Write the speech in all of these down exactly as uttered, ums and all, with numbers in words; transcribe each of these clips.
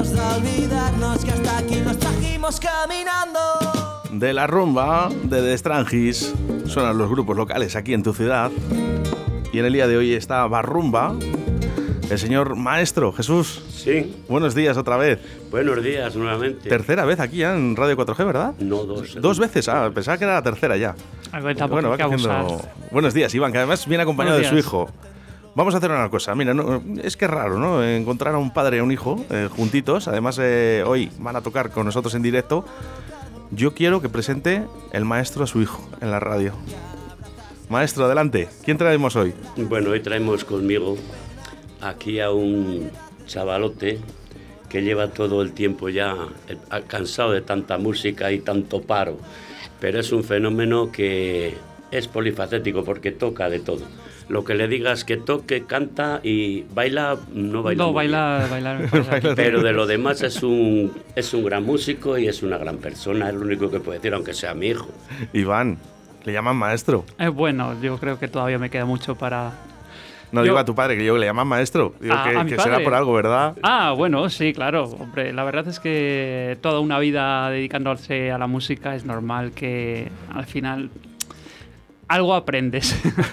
Tratamos de olvidarnos que hasta aquí nos trajimos caminando. De la rumba de The Strangis suenan los grupos locales aquí en tu ciudad. Y en el día de hoy está Barrumba, el señor Maestro Jesús. Sí. Buenos días otra vez. Buenos días nuevamente. Tercera vez aquí ya en Radio cuatro G, ¿verdad? No, dos. Dos veces, ah, pensaba que era la tercera ya. Bueno, va cogiendo... Buenos días, Iván, que además viene acompañado de su hijo. Vamos a hacer una cosa, mira, no, es que es raro, ¿no? Encontrar a un padre y a un hijo eh, juntitos. Además, eh, hoy van a tocar con nosotros en directo. Yo quiero que presente el maestro a su hijo en la radio. Maestro, adelante. ¿Quién traemos hoy? Bueno, hoy traemos conmigo aquí a un chavalote que lleva todo el tiempo ya eh, cansado de tanta música y tanto paro. Pero es un fenómeno que es polifacético porque toca de todo. Lo que le digas que toque, canta y baila, no baila. No, baila, baila, baila. Pero de lo demás es un, es un gran músico y es una gran persona, es lo único que puedo decir, aunque sea mi hijo. Iván, le llaman maestro. Eh, bueno, yo creo que todavía me queda mucho para... No, yo, digo a tu padre, que yo le llaman maestro. Digo a, que, a mi que padre. será por algo, ¿verdad? Ah, bueno, sí, claro. Hombre, la verdad es que toda una vida dedicándose a la música es normal que al final... algo aprendes.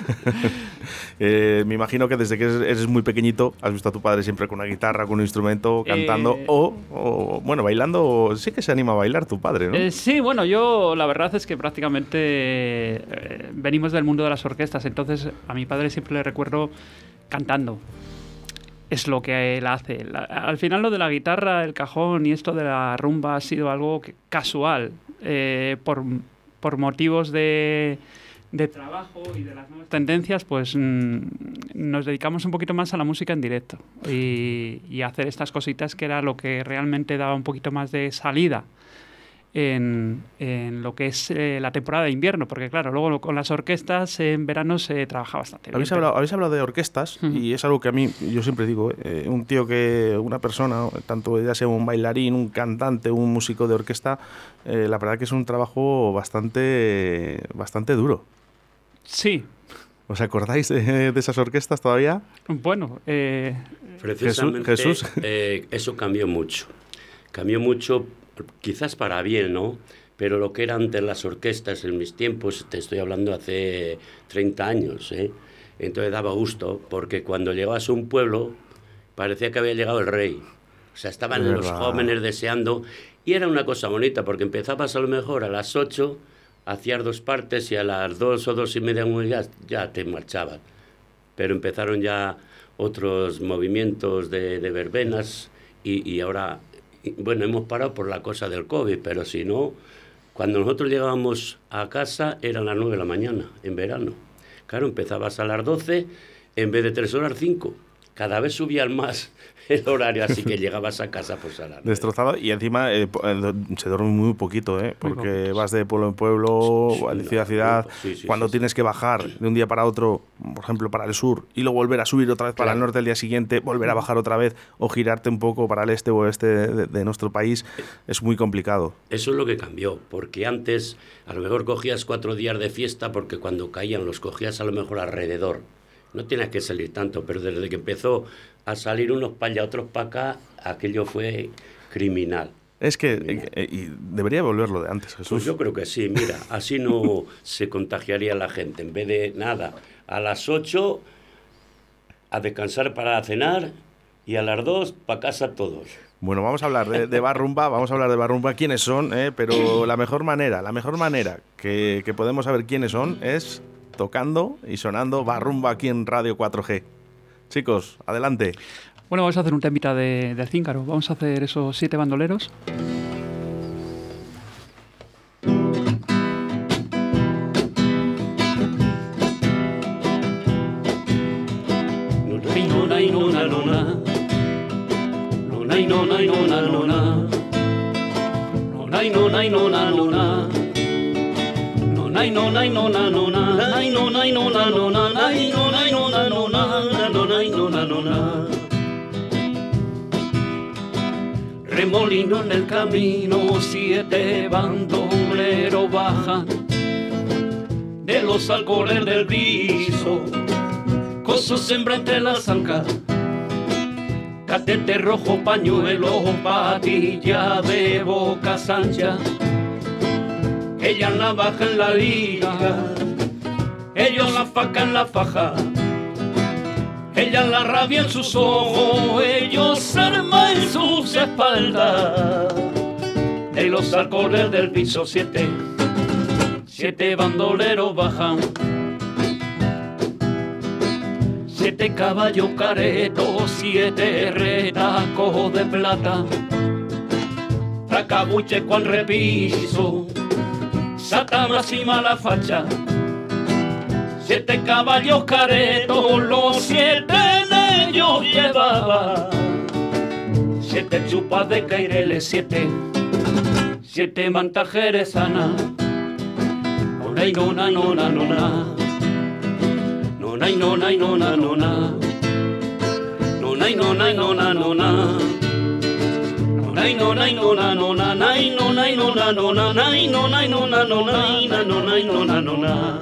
eh, me imagino que desde que eres muy pequeñito has visto a tu padre siempre con una guitarra, con un instrumento, cantando eh, o, o, bueno, bailando. Sí que se anima a bailar tu padre, ¿no? Eh, sí, bueno, yo la verdad es que prácticamente eh, venimos del mundo de las orquestas, entonces a mi padre siempre le recuerdo cantando. Es lo que él hace. La, al final lo de la guitarra, el cajón y esto de la rumba ha sido algo que, casual, eh, por, por motivos de... de trabajo y de las nuevas tendencias, pues mmm, nos dedicamos un poquito más a la música en directo y, y a hacer estas cositas que era lo que realmente daba un poquito más de salida en, en lo que es eh, la temporada de invierno, porque claro, luego con las orquestas en verano se trabaja bastante bien. Habéis hablado, habéis hablado de orquestas uh-huh. y es algo que a mí, yo siempre digo, eh, un tío que, una persona, tanto ya sea un bailarín, un cantante, un músico de orquesta, eh, la verdad que es un trabajo bastante, bastante duro. Sí. ¿Os acordáis de, de esas orquestas todavía? Bueno, eh... precisamente Jesús, Jesús. Eh, eso cambió mucho. Cambió mucho, quizás para bien, ¿no? Pero lo que eran antes las orquestas en mis tiempos, te estoy hablando hace treinta años, ¿eh? Entonces daba gusto, porque cuando llegabas a un pueblo parecía que había llegado el rey. O sea, estaban es los verdad. jóvenes deseando, y era una cosa bonita, porque empezabas a lo mejor a las ocho, hacías dos partes y a las dos o dos y media ya, ya te marchabas. Pero empezaron ya otros movimientos de, de verbenas y, y ahora, bueno, hemos parado por la cosa del COVID, pero si no, cuando nosotros llegábamos a casa eran las nueve de la mañana, en verano. Claro, empezabas a las doce, en vez de tres horas, cinco. Cada vez subían más el horario, así que llegabas a casa pues a la noche. Destrozado y encima eh, se duerme muy poquito, ¿eh? Porque vas de pueblo en pueblo, sí, sí, de ciudad a ciudad, sí, sí, cuando sí, tienes sí. que bajar de un día para otro, por ejemplo para el sur, y luego volver a subir otra vez para claro. el norte el día siguiente, volver a bajar otra vez o girarte un poco para el este o oeste de, de nuestro país, es muy complicado. Eso es lo que cambió, porque antes a lo mejor cogías cuatro días de fiesta porque cuando caían los cogías a lo mejor alrededor. No tienes que salir tanto, pero desde que empezó a salir unos para allá, otros para acá, aquello fue criminal. Es que criminal. Eh, y debería volverlo de antes, Jesús. Pues yo creo que sí, mira, así no se contagiaría la gente. En vez de nada, a las ocho a descansar para cenar y a las dos para casa todos. Bueno, vamos a hablar de, de Barrumba, vamos a hablar de Barrumba, quiénes son, eh, pero la mejor manera, la mejor manera que, que podemos saber quiénes son es tocando y sonando Barrumba aquí en Radio cuatro G. Chicos, adelante. Bueno, vamos a hacer un temita de, del Cíngaro. Vamos a hacer esos siete bandoleros. Nay no nay no na no na nay no nay no na no na nay no nay no na no na no nay no na no na. Remolino en el camino, siete bandoleros bajan de los alcoholes del viso, con su sembra entre las ancas, catete rojo, pañuelo, patilla de boca ancha. Ella navaja en la liga, ellos la faca en la faja. Ella la rabia en sus ojos, ellos arma en sus espaldas. De los alcoholes del piso siete, siete bandoleros bajan. Siete caballos caretos, siete retacos de plata. Tracabuche con repiso, satanas y mala facha. Siete caballos caretos, los siete en ellos llevaba. Siete chupas de caireles, siete, siete mantas jerezanas. Nona y nona, nona, nona. Nona y nona y nona, nona. Nona y nona y nona, nona. Nona y nona y nona, nona. Nona y nona y nona, nona. Nona y nona y nona, nona. Nona y nona, nona.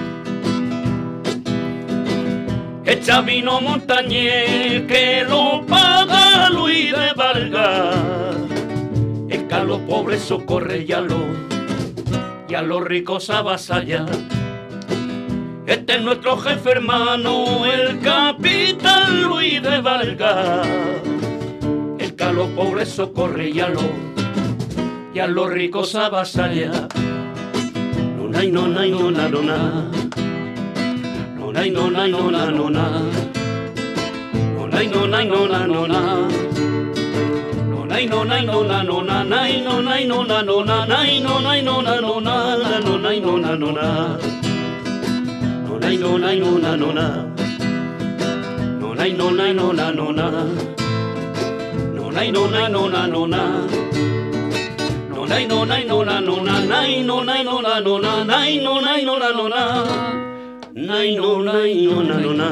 Echa vino montañés que lo paga Luis de Vargas. Es que a los pobres socorre y a los, y a los ricos avasalla. Este es nuestro jefe hermano, el capitán Luis de Vargas. El que a los pobres socorre y a los, y a los ricos avasalla. Nona y nona y nona, nona. Nona y nona y nona, nona. Nona y nona y nona, nona. Nona y nona y nona, nona. Nona y nona y nona, nona. Nona y nona y nona, nona. Nona y nona, nona. Nona y nona y nona, nona. Nona y nona y nona, nona. Nona y nona y nona, nona. Nona y nona y nona, nona. Nona y nona y nona, nona. Nona y nona y nona, nona. Nay, no, nay, no, na, no, na.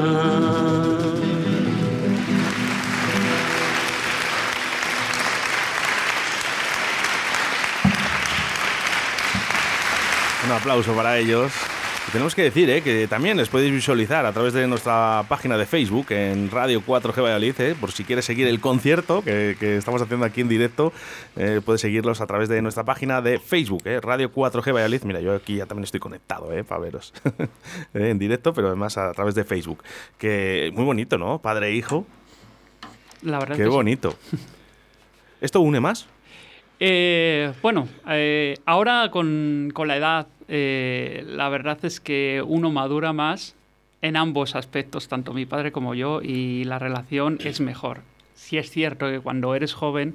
Un aplauso para ellos. Y tenemos que decir eh, que también les podéis visualizar a través de nuestra página de Facebook en Radio cuatro G Valladolid, eh, por si quieres seguir el concierto que, que estamos haciendo aquí en directo, eh, puedes seguirlos a través de nuestra página de Facebook, eh, Radio cuatro G Valladolid. Mira, yo aquí ya también estoy conectado eh, para veros eh, en directo, pero además a través de Facebook. Que muy bonito, ¿no? Padre e hijo. La verdad Qué que bonito. Sí. ¿Esto une más? Eh, bueno, eh, ahora con, con la edad, eh, la verdad es que uno madura más en ambos aspectos, tanto mi padre como yo, y la relación es mejor. Sí es cierto que cuando eres joven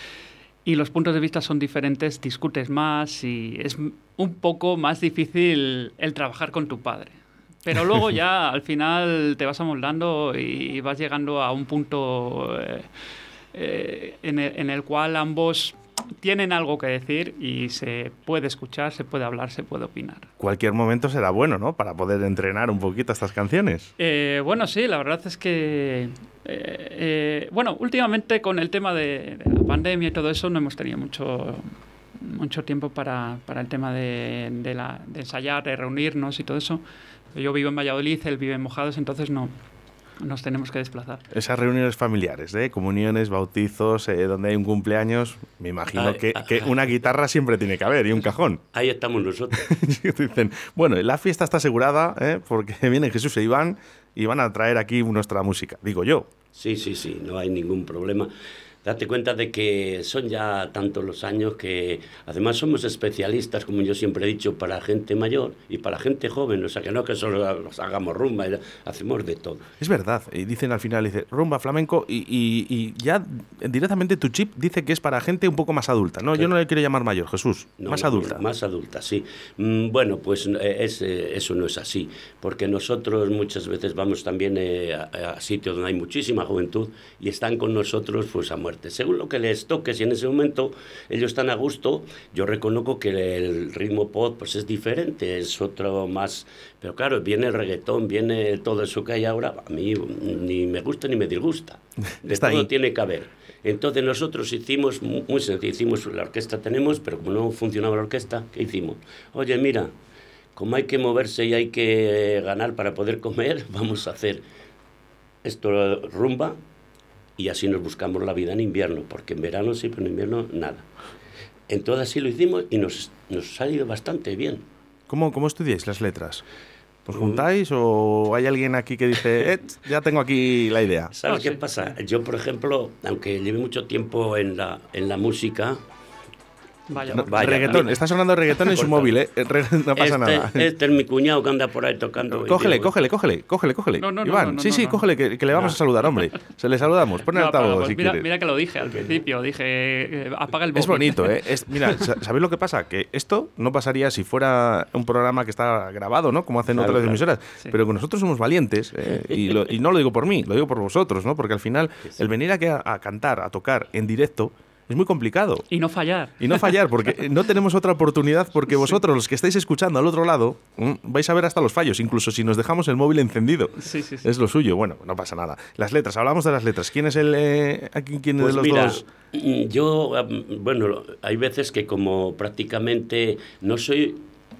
y los puntos de vista son diferentes, discutes más y es un poco más difícil el trabajar con tu padre. Pero luego ya al final te vas amoldando y vas llegando a un punto eh, eh, en, el, en el cual ambos tienen algo que decir y se puede escuchar, se puede hablar, se puede opinar. Cualquier momento será bueno, ¿no? Para poder entrenar un poquito estas canciones. Eh, bueno, sí, la verdad es que... Eh, eh, bueno, últimamente con el tema de, de la pandemia y todo eso no hemos tenido mucho, mucho tiempo para, para el tema de, de, la, de ensayar, de reunirnos y todo eso. Yo vivo en Valladolid, él vive en Mojados, entonces no... nos tenemos que desplazar. Esas reuniones familiares, ¿eh? Comuniones, bautizos, eh, donde hay un cumpleaños, me imagino ay, que, ay, que una guitarra siempre tiene que haber y un cajón. Ahí estamos nosotros. Dicen, bueno, la fiesta está asegurada, ¿eh? Porque vienen Jesús e Iván y van a traer aquí nuestra música, digo yo. Sí, sí, sí, no hay ningún problema. Date cuenta de que son ya tantos los años que además somos especialistas, como yo siempre he dicho, para gente mayor y para gente joven, o sea que no que solo los hagamos rumba, hacemos de todo. Es verdad, y dicen al final, dice rumba, flamenco, y, y, y ya directamente tu chip dice que es para gente un poco más adulta, ¿no? Sí. Yo no le quiero llamar mayor, Jesús, no, más no, adulta. Más adulta, sí. Mm, bueno, pues es, eso no es así, porque nosotros muchas veces vamos también eh, a, a sitios donde hay muchísima juventud y están con nosotros pues a muerte. Según lo que les toque, si en ese momento ellos están a gusto, yo reconozco que el ritmo pop pues es diferente, es otro más... Pero claro, viene el reggaetón, viene todo eso que hay ahora, a mí ni me gusta ni me disgusta. De Está todo ahí. Tiene que haber. Entonces nosotros hicimos, muy sencillo, hicimos la orquesta tenemos, pero como no funcionaba la orquesta, ¿qué hicimos? Oye, mira, como hay que moverse y hay que ganar para poder comer, vamos a hacer esto rumba, y así nos buscamos la vida en invierno, porque en verano sí, pero en invierno nada. Entonces así lo hicimos y nos, nos ha ido bastante bien. ¿Cómo, cómo estudiáis las letras? ¿Os juntáis o hay alguien aquí que dice, eh, ya tengo aquí la idea? ¿Sabes Oh, qué sí. pasa? Yo, por ejemplo, aunque lleve mucho tiempo en la, en la música... Vaya, No, Vaya, reggaetón, mira. está sonando reggaetón en su Corta. móvil, ¿eh? No pasa este, nada. Este es mi cuñado que anda por ahí tocando. y Cógele, digo, cógele, cógele, cógele, cógele. No, no, no, Iván, no, no, sí, no, sí, no. cógele, que, que le vamos Ah. a saludar, hombre. Se le saludamos. Pon el No, altavoz pues si mira, quieres. mira que lo dije al principio, dije, eh, apaga el móvil. Es bonito, ¿eh? Es, mira, sa- ¿sabéis lo que pasa? Que esto no pasaría si fuera un programa que está grabado, ¿no? Como hacen Claro, otras claro. emisoras. Sí. Pero que nosotros somos valientes, ¿eh? y, lo- y no lo digo por mí, lo digo por vosotros, ¿no? Porque al final, el venir aquí a, a cantar, a tocar en directo, es muy complicado. Y no fallar. Y no fallar, porque no tenemos otra oportunidad, porque vosotros, los que estáis escuchando al otro lado, mm, vais a ver hasta los fallos, incluso si nos dejamos el móvil encendido. Sí, sí, sí. Es lo suyo. Bueno, no pasa nada. Las letras, hablamos de las letras. ¿Quién es el eh, aquí quién Pues de los mira, dos? mm, yo, mm, bueno, hay veces que como prácticamente no soy,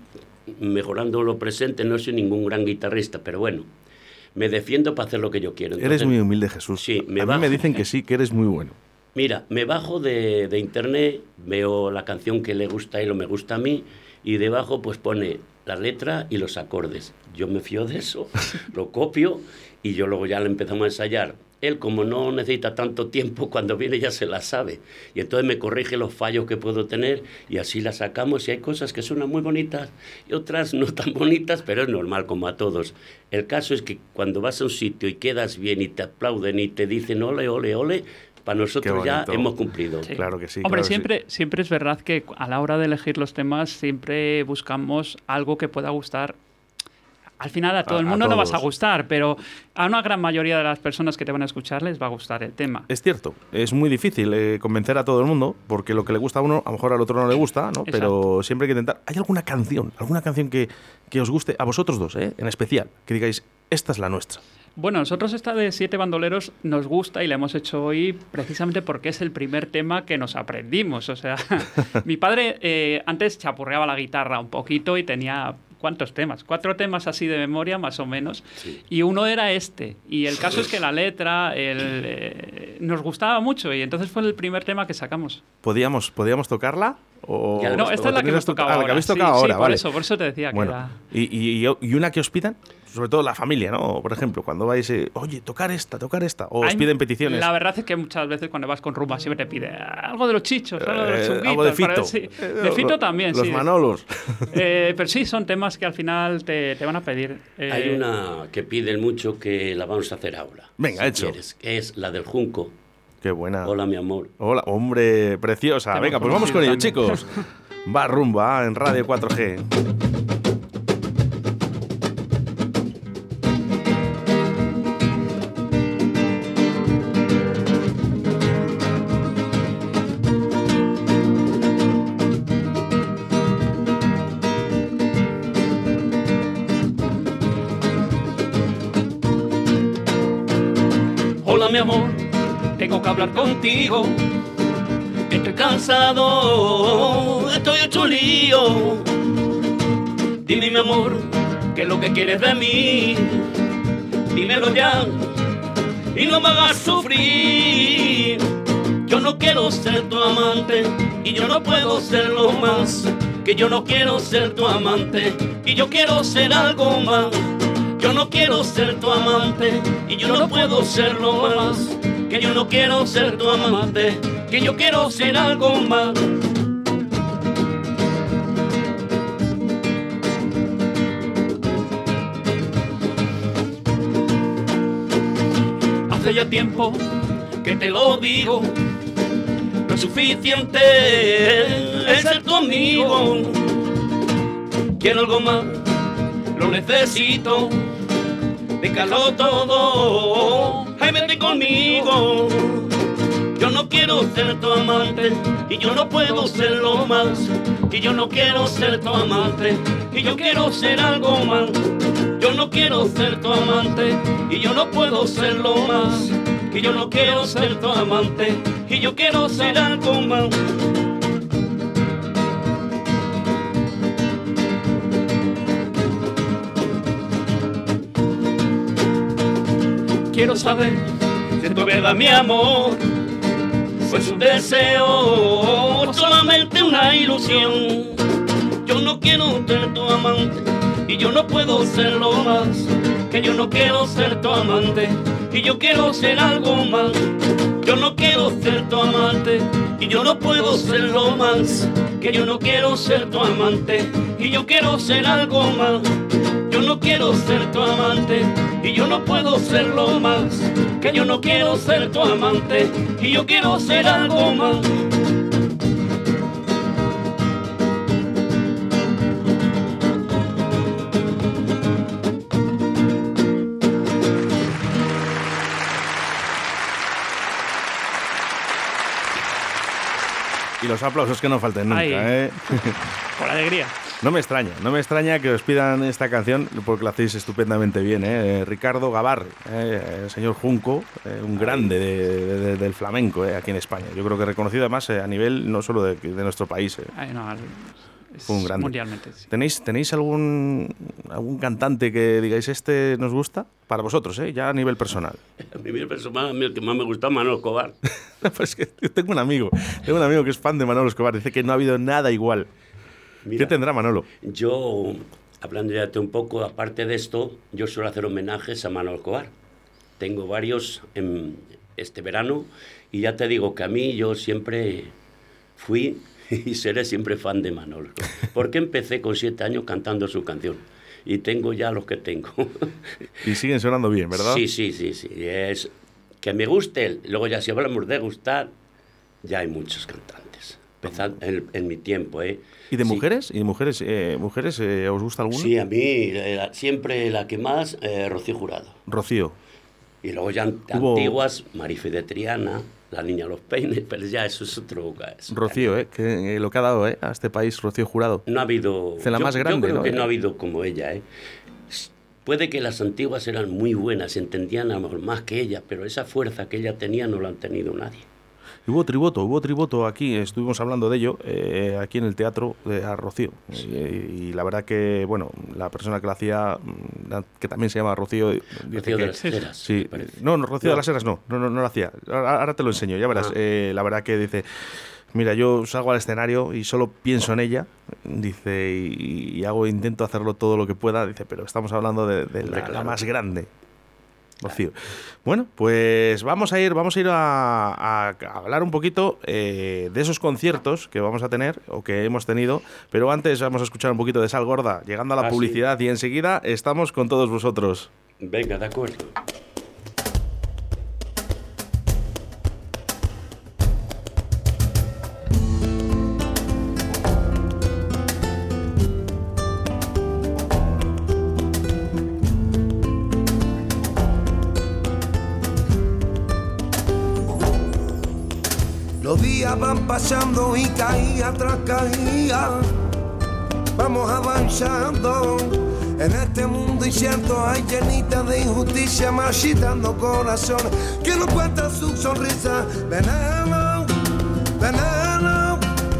mejorando lo presente, no soy ningún gran guitarrista, pero bueno, me defiendo para hacer lo que yo quiero. Eres Entonces, muy humilde, Jesús. Sí, me a mí bajo. me dicen que sí, que eres muy bueno. Mira, me bajo de, de internet, veo la canción que le gusta a él o me gusta a mí, y debajo pues pone la letra y los acordes. Yo me fío de eso, lo copio y yo luego ya le empezamos a ensayar. Él, como no necesita tanto tiempo, cuando viene ya se la sabe. Y entonces me corrige los fallos que puedo tener y así la sacamos. Y hay cosas que suenan muy bonitas y otras no tan bonitas, pero es normal, como a todos. El caso es que cuando vas a un sitio y quedas bien y te aplauden y te dicen ole, ole, ole, para nosotros Qué ya bonito. hemos cumplido. Sí. Claro que sí. Hombre, claro que siempre, siempre es verdad que a la hora de elegir los temas siempre buscamos algo que pueda gustar. Al final a todo A- el a mundo no vas a todos. gustar, pero a una gran mayoría de las personas que te van a escuchar les va a gustar el tema. Es cierto, es muy difícil eh, convencer a todo el mundo, porque lo que le gusta a uno, a lo mejor al otro no le gusta, ¿no? Exacto. Pero siempre hay que intentar. ¿Hay alguna canción, alguna canción que, que os guste, a vosotros dos, ¿eh? En especial, que digáis, esta es la nuestra? Bueno, nosotros esta de Siete Bandoleros nos gusta y la hemos hecho hoy precisamente porque es el primer tema que nos aprendimos. O sea, mi padre eh, antes chapurreaba la guitarra un poquito y tenía... ¿Cuántos temas? Cuatro temas así de memoria, más o menos. Sí. Y uno era este. Y el caso es que la letra el, eh, nos gustaba mucho y entonces fue el primer tema que sacamos. ¿Podíamos, ¿podíamos tocarla? O, Ya, No, o esta es la que tenéis hemos to- tocado ah, la ahora. que habéis Sí, tocado sí, ahora, por vale. eso, por eso te decía que Bueno, era... y, y, y una que os pidan, sobre todo la familia, ¿no? Por ejemplo, cuando vais, eh, oye, tocar esta, tocar esta, o os Hay- piden peticiones. La verdad es que muchas veces cuando vas con rumba siempre te pide algo de los chichos, algo de los Eh, chunguitos. algo de para- Fito. sí. Eh, De Fito lo- también, Los sí. Manolos. Eh, pero sí, son temas que al final te, te van a pedir. Eh, Hay una que piden mucho que la vamos a hacer ahora. Venga, si hecho. quieres, que es la del Junco. Qué buena. Hola, mi amor. Hola, hombre, preciosa. Te Venga, hemos pues vamos con ello, conocido chicos. Va rumba en Radio cuatro G. Hola mi amor, tengo que hablar contigo. Estoy cansado, estoy hecho lío. Dime mi amor, ¿qué es lo que quieres de mí? Dímelo ya y no me hagas sufrir. Yo no quiero ser tu amante y yo no puedo serlo más. Que yo no quiero ser tu amante y yo quiero ser algo más. Yo no quiero ser tu amante y yo no puedo serlo más. Que yo no quiero ser tu amante, que yo quiero ser algo más. Hace ya tiempo que te lo digo, no es suficiente el ser tu amigo. Quiero algo más, lo necesito. Déjalo todo, ay, vete conmigo. Yo no quiero ser tu amante y yo no puedo serlo más. Y yo no quiero ser tu amante y yo quiero ser algo más. Yo no quiero ser tu amante y yo no puedo serlo más. Y yo no quiero ser tu amante y yo quiero ser algo más. Quiero saber Si tu verdad, mi amor, fue su deseo, solamente una ilusión. Yo no quiero ser tu amante y yo no puedo serlo más. Que yo no quiero ser tu amante y yo quiero ser algo más. Yo no quiero ser tu amante y yo no puedo serlo más. Que yo no quiero ser tu amante y yo quiero ser algo más. Yo no quiero ser tu amante y yo no puedo serlo más. Que yo no quiero ser tu amante y yo quiero ser algo más. Y los aplausos que no falten nunca, Ay. ¿eh? Por alegría. No me extraña, no me extraña que os pidan esta canción porque la hacéis estupendamente bien, ¿eh? Ricardo Gabarre, ¿eh? El señor Junco, ¿eh? Un grande de, de, de, del flamenco, ¿eh? Aquí en España. Yo creo que reconocido además ¿eh? a nivel no solo de, de nuestro país. ¿eh? Ay, no, al- es Fue un grande. mundialmente. Sí. ¿Tenéis, ¿Tenéis algún, algún cantante que digáis este nos gusta? Para vosotros, ¿eh? Ya a nivel personal. A mí el personal, a mí el que más me gusta es Manolo Escobar. Pues que tengo un amigo, tengo un amigo que es fan de Manolo Escobar, dice que no ha habido nada igual. Mira, ¿Qué tendrá Manolo? Yo, hablando ya un poco, aparte de esto, yo suelo hacer homenajes a Manolo Escobar. Tengo varios en este verano y ya te digo que a mí yo siempre fui y seré siempre fan de Manolo. Porque empecé con siete años cantando su canción y tengo ya los que tengo. Y siguen sonando bien, ¿verdad? Sí, sí, sí, sí. Es que me guste él. Luego ya si hablamos de gustar, ya hay muchos cantantes. Empezando en, en mi tiempo, ¿eh? ¿Y de Sí. mujeres? ¿Y de mujeres? Eh, ¿Mujeres eh, os gusta alguna? Sí, a mí eh, siempre la que más, eh, Rocío Jurado. Rocío. Y luego ya an- Hubo- antiguas, Marife de Triana, La Niña de los Peines, pero ya eso es otro... es- Rocío, ¿eh? Que, eh, lo que ha dado ¿eh? a este país, Rocío Jurado. No ha habido... Es la yo- más yo grande, creo ¿no? que no ha habido como ella, ¿eh? S- Puede que las antiguas eran muy buenas, se entendían a lo mejor más que ella, pero esa fuerza que ella tenía no la han tenido nadie. Y hubo tributo, hubo tributo aquí, estuvimos hablando de ello, eh, aquí en el teatro de a Rocío. Y, y la verdad que, bueno, la persona que lo hacía, mm, la- que también se llama Rocío, dice Rocío que... de las Heras, Sí, me parece. no, no, Rocío No. de las Heras no, no, no, no lo hacía. Ahora, ahora te lo enseño, ya verás. Ah. Eh, la verdad que dice, mira, yo salgo al escenario y solo pienso en ella, dice, y, y hago, intento hacerlo todo lo que pueda, dice, pero estamos hablando de, de Hombre, la, la claro. más grande. Rocío. Bueno, pues vamos a ir, vamos a ir a, a- a hablar un poquito eh, de esos conciertos que vamos a tener o que hemos tenido, pero antes vamos a escuchar un poquito de Sal Gorda, llegando a la Ah, sí. publicidad y enseguida estamos con todos vosotros. Venga, de acuerdo. Los días van pasando y caía tras caía. Vamos avanzando en este mundo incierto. Hay llenita de injusticia, marchitando corazones que no cuentan su sonrisa. Veneno, veneno,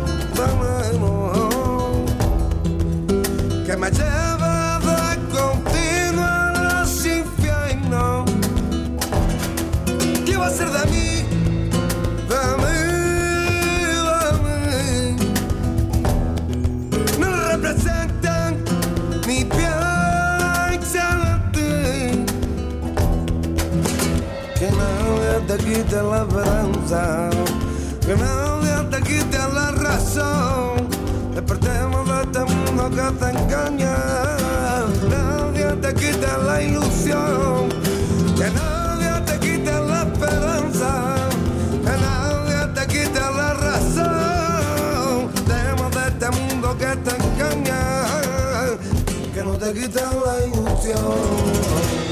veneno, que me lleva de continuo a los infiernos. ¿Qué va a ser de mí? De mí, de mí. No representan mi piensa en ti. Que nadie te quite la esperanza, que nadie te quite la razón. Despertemos de este mundo que te engaña. Nadie te quite la ilusión, que nadie te quite la esperanza, que nadie te quite la razón. Dejemos de este mundo que te engaña, que no te quite la ilusión.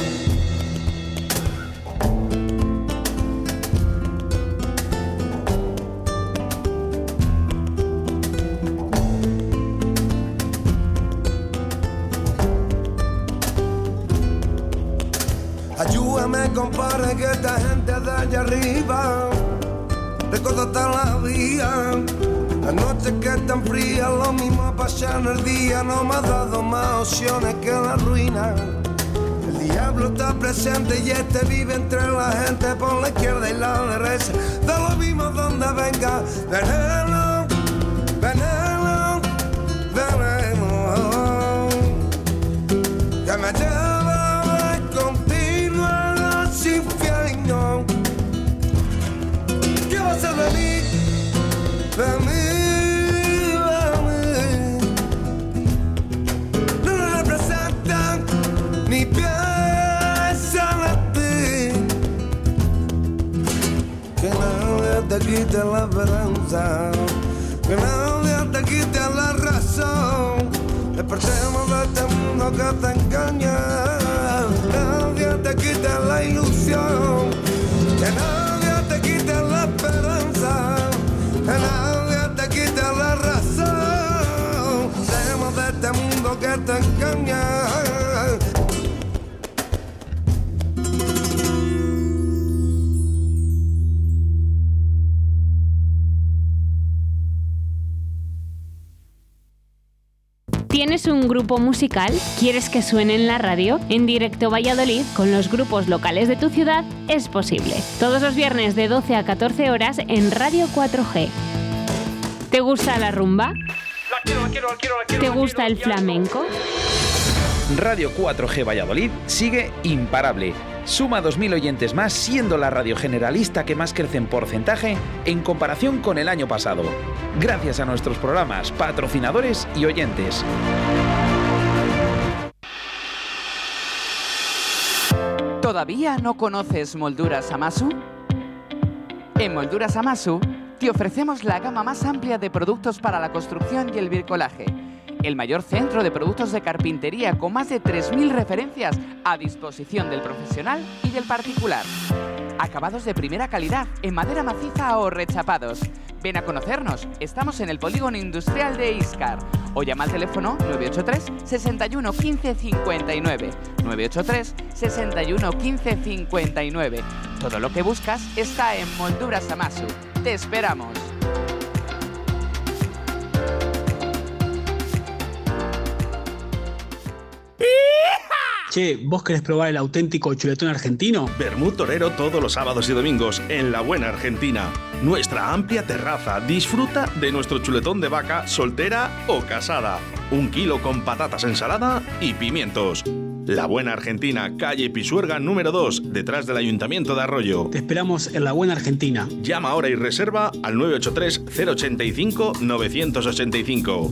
Ayúdame, compadre, que esta gente de allá arriba recuerda hasta la vía. La noche que es tan fría, lo mismo pasa en el día. No me ha dado más opciones que la ruina. El diablo está presente y este vive entre la gente por la izquierda y la derecha. Da lo mismo donde venga, veneno, veneno, veneno, que me lleva continuo a los infiernos. ¿Qué va a ser de mí? De mí. Ni piensa en ti, que nadie te quite la esperanza, que nadie te quite la razón. Despertemos de este mundo que te engaña, nadie te quite la ilusión, que nadie te quite la esperanza, que nadie te quite la razón. Dejemos de este mundo que te engaña. ¿Tienes un grupo musical? ¿Quieres que suene en la radio? En Directo Valladolid, con los grupos locales de tu ciudad, es posible. Todos los viernes de doce a catorce horas en Radio cuatro G. ¿Te gusta la rumba? La quiero, la quiero, la quiero, la quiero, ¿Te la gusta quiero, el flamenco? Radio cuatro G Valladolid sigue imparable. Suma dos mil oyentes más, siendo la radio generalista que más crece en porcentaje en comparación con el año pasado. Gracias a nuestros programas, patrocinadores y oyentes. ¿Todavía no conoces Molduras Amasu? En Molduras Amasu te ofrecemos la gama más amplia de productos para la construcción y el bricolaje. El mayor centro de productos de carpintería con más de tres mil referencias a disposición del profesional y del particular. Acabados de primera calidad en madera maciza o rechapados. Ven a conocernos, estamos en el polígono industrial de Íscar. O llama al teléfono nueve ocho tres, sesenta y uno, quince, cincuenta y nueve. nueve ocho tres, sesenta y uno, quince, cincuenta y nueve. Todo lo que buscas está en Molduras Amasu. ¡Te esperamos! Che, ¿vos querés probar el auténtico chuletón argentino? Vermut torero todos los sábados y domingos en La Buena Argentina. Nuestra amplia terraza. Disfruta de nuestro chuletón de vaca soltera o casada. Un kilo con patatas, ensalada y pimientos. La Buena Argentina, calle Pisuerga número dos, detrás del Ayuntamiento de Arroyo. Te esperamos en La Buena Argentina. Llama ahora y reserva al nueve ocho tres, cero ocho cinco, nueve ocho cinco.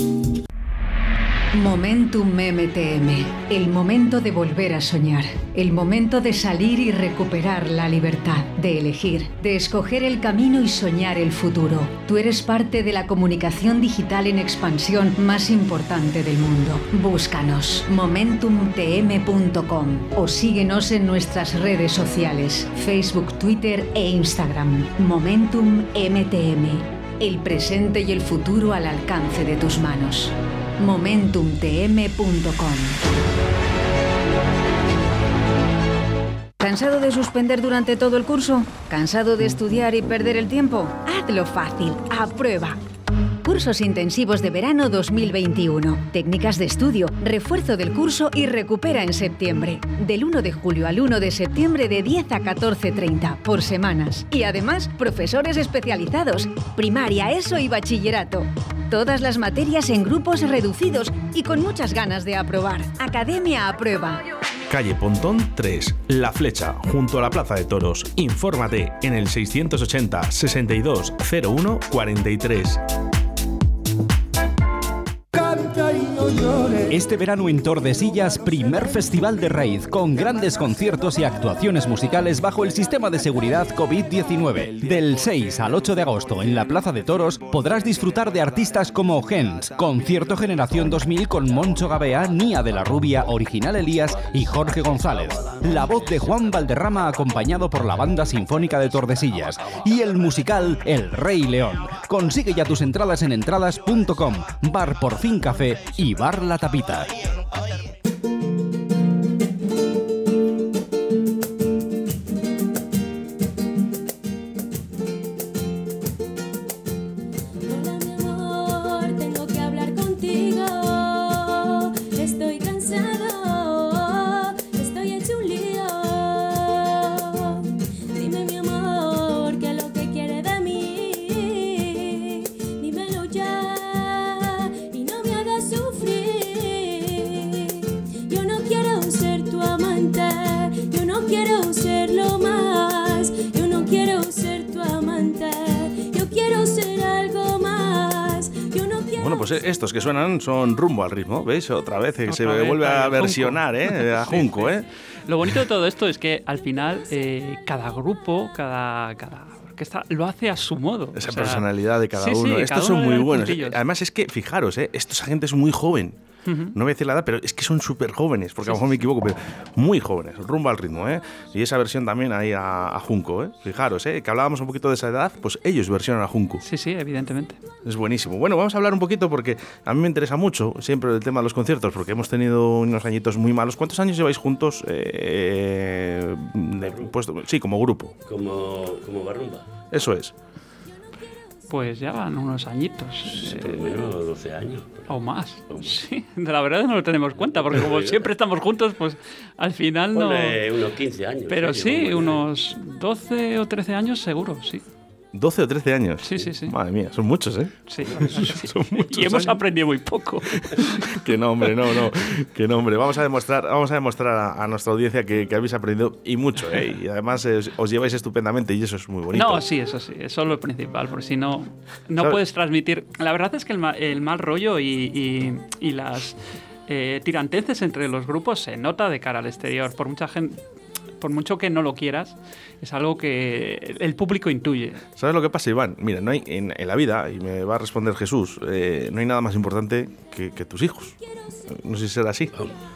Momentum M T M, el momento de volver a soñar, el momento de salir y recuperar la libertad, de elegir, de escoger el camino y soñar el futuro. Tú eres parte de la comunicación digital en expansión más importante del mundo. Búscanos, momentum t m punto com o síguenos en nuestras redes sociales, Facebook, Twitter e Instagram. Momentum M T M, el presente y el futuro al alcance de tus manos. momentum t m punto com. ¿Cansado de suspender durante todo el curso? ¿Cansado de estudiar y perder el tiempo? Hazlo fácil, aprueba. Cursos intensivos de verano dos mil veintiuno. Técnicas de estudio, refuerzo del curso y recupera en septiembre. Del uno de julio al uno de septiembre de diez a catorce treinta, por semanas. Y además, profesores especializados, primaria, ESO y bachillerato. Todas las materias en grupos reducidos y con muchas ganas de aprobar. Academia Aprueba. Calle Pontón tres, La Flecha, junto a la Plaza de Toros. Infórmate en el seiscientos ochenta, sesenta y dos, cero uno, cuarenta y tres. Este verano en Tordesillas, primer festival de raíz, con grandes conciertos y actuaciones musicales bajo el sistema de seguridad COVID diecinueve. Del seis al ocho de agosto en la Plaza de Toros podrás disfrutar de artistas como Gens, Concierto Generación dos mil con Moncho Gabea, Nia de la Rubia, Original Elías y Jorge González. La voz de Juan Valderrama acompañado por la Banda Sinfónica de Tordesillas. Y el musical El Rey León. Consigue ya tus entradas en entradas punto com, Bar Por Fin Café y Bar La Tapita. Estoy cansado, estoy Bueno, pues estos que suenan son Rumbo al ritmo, ¿veis? Otra vez, que se vez, vuelve a Junco. versionar, ¿eh? A Junco, ¿eh? Lo bonito de todo esto es que al final eh, cada grupo, cada, cada orquesta lo hace a su modo. Esa o sea, personalidad de cada sí, uno. sí, Estos cada son uno muy le da buenos. puntillos. Además es que, fijaros, ¿eh? Estos agentes muy joven. Uh-huh. No voy a decir la edad, pero es que son súper jóvenes, porque Sí, a lo mejor sí, me sí. equivoco, pero muy jóvenes, Rumbo al ritmo, ¿eh? Y esa versión también ahí a, a Junco, ¿eh? Fijaros, ¿eh? Que hablábamos un poquito de esa edad, pues ellos versionan a Junco. Sí, sí, evidentemente. Es buenísimo. Bueno, vamos a hablar un poquito porque a mí me interesa mucho siempre el tema de los conciertos, porque hemos tenido unos añitos muy malos. ¿Cuántos años lleváis juntos? Eh, de, pues, sí, como grupo. Como, como Barrumba. Eso es. Pues ya van unos añitos. Por lo menos doce años. O más. Sí, de la verdad no lo tenemos cuenta, porque como siempre estamos juntos, pues al final no... Ponle unos quince años. Pero ¿eh? sí, Llevamos unos doce o trece años seguro, sí. doce o trece años. Sí, sí, sí. Madre mía, son muchos, ¿eh? Sí, la verdad que sí. Son muchos Y hemos años. aprendido muy poco. Que no, hombre, no, no. Que no, hombre. Vamos a demostrar, vamos a, demostrar a, a nuestra audiencia que, que habéis aprendido y mucho, ¿eh? Y además eh, os, os lleváis estupendamente y eso es muy bonito. No, sí, eso sí, eso es lo principal, porque si no, no ¿Sabes? puedes transmitir... La verdad es que el, ma- el mal rollo y, y, y las eh, tiranteces entre los grupos se nota de cara al exterior. Por mucha gente... Por mucho que no lo quieras, es algo que el público intuye. ¿Sabes lo que pasa, Iván? Mira, no hay, en, en la vida, y me va a responder Jesús, eh, no hay nada más importante que, que tus hijos. No sé si será así.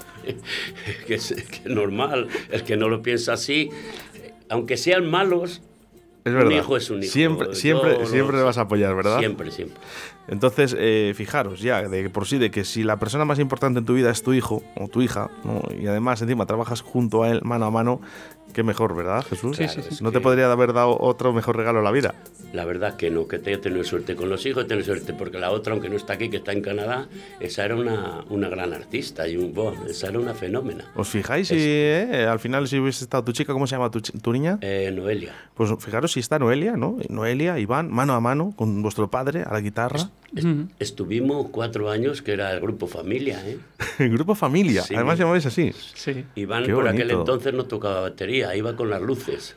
que es que es normal, el que no lo piensa así, aunque sean malos, Es verdad. un hijo es un hijo. Siempre, Yo siempre, lo- siempre le vas a apoyar, ¿verdad? Siempre, siempre. Entonces, eh, fijaros ya, de por sí, de que si la persona más importante en tu vida es tu hijo o tu hija, ¿no? Y además encima trabajas junto a él, mano a mano, qué mejor, ¿verdad, Jesús? Sí, sí, sí. ¿No te podría haber dado otro mejor regalo a la vida? La verdad que no, que te he tenido suerte con los hijos, he tenido suerte porque la otra, aunque no está aquí, que está en Canadá, esa era una, una gran artista y un bon, esa era una fenómena. ¿Os fijáis si eh, al final si hubiese estado tu chica, ¿cómo se llama tu, chi- tu niña? Eh, Noelia. Pues fijaros si está Noelia, ¿no? Noelia, Iván, mano a mano, con vuestro padre a la guitarra. Est- Estuvimos cuatro años, que era el grupo Familia, ¿eh? El grupo Familia, Sí. además llamabais así. Sí. Iván Qué por aquel bonito. entonces no tocaba batería, iba con las luces.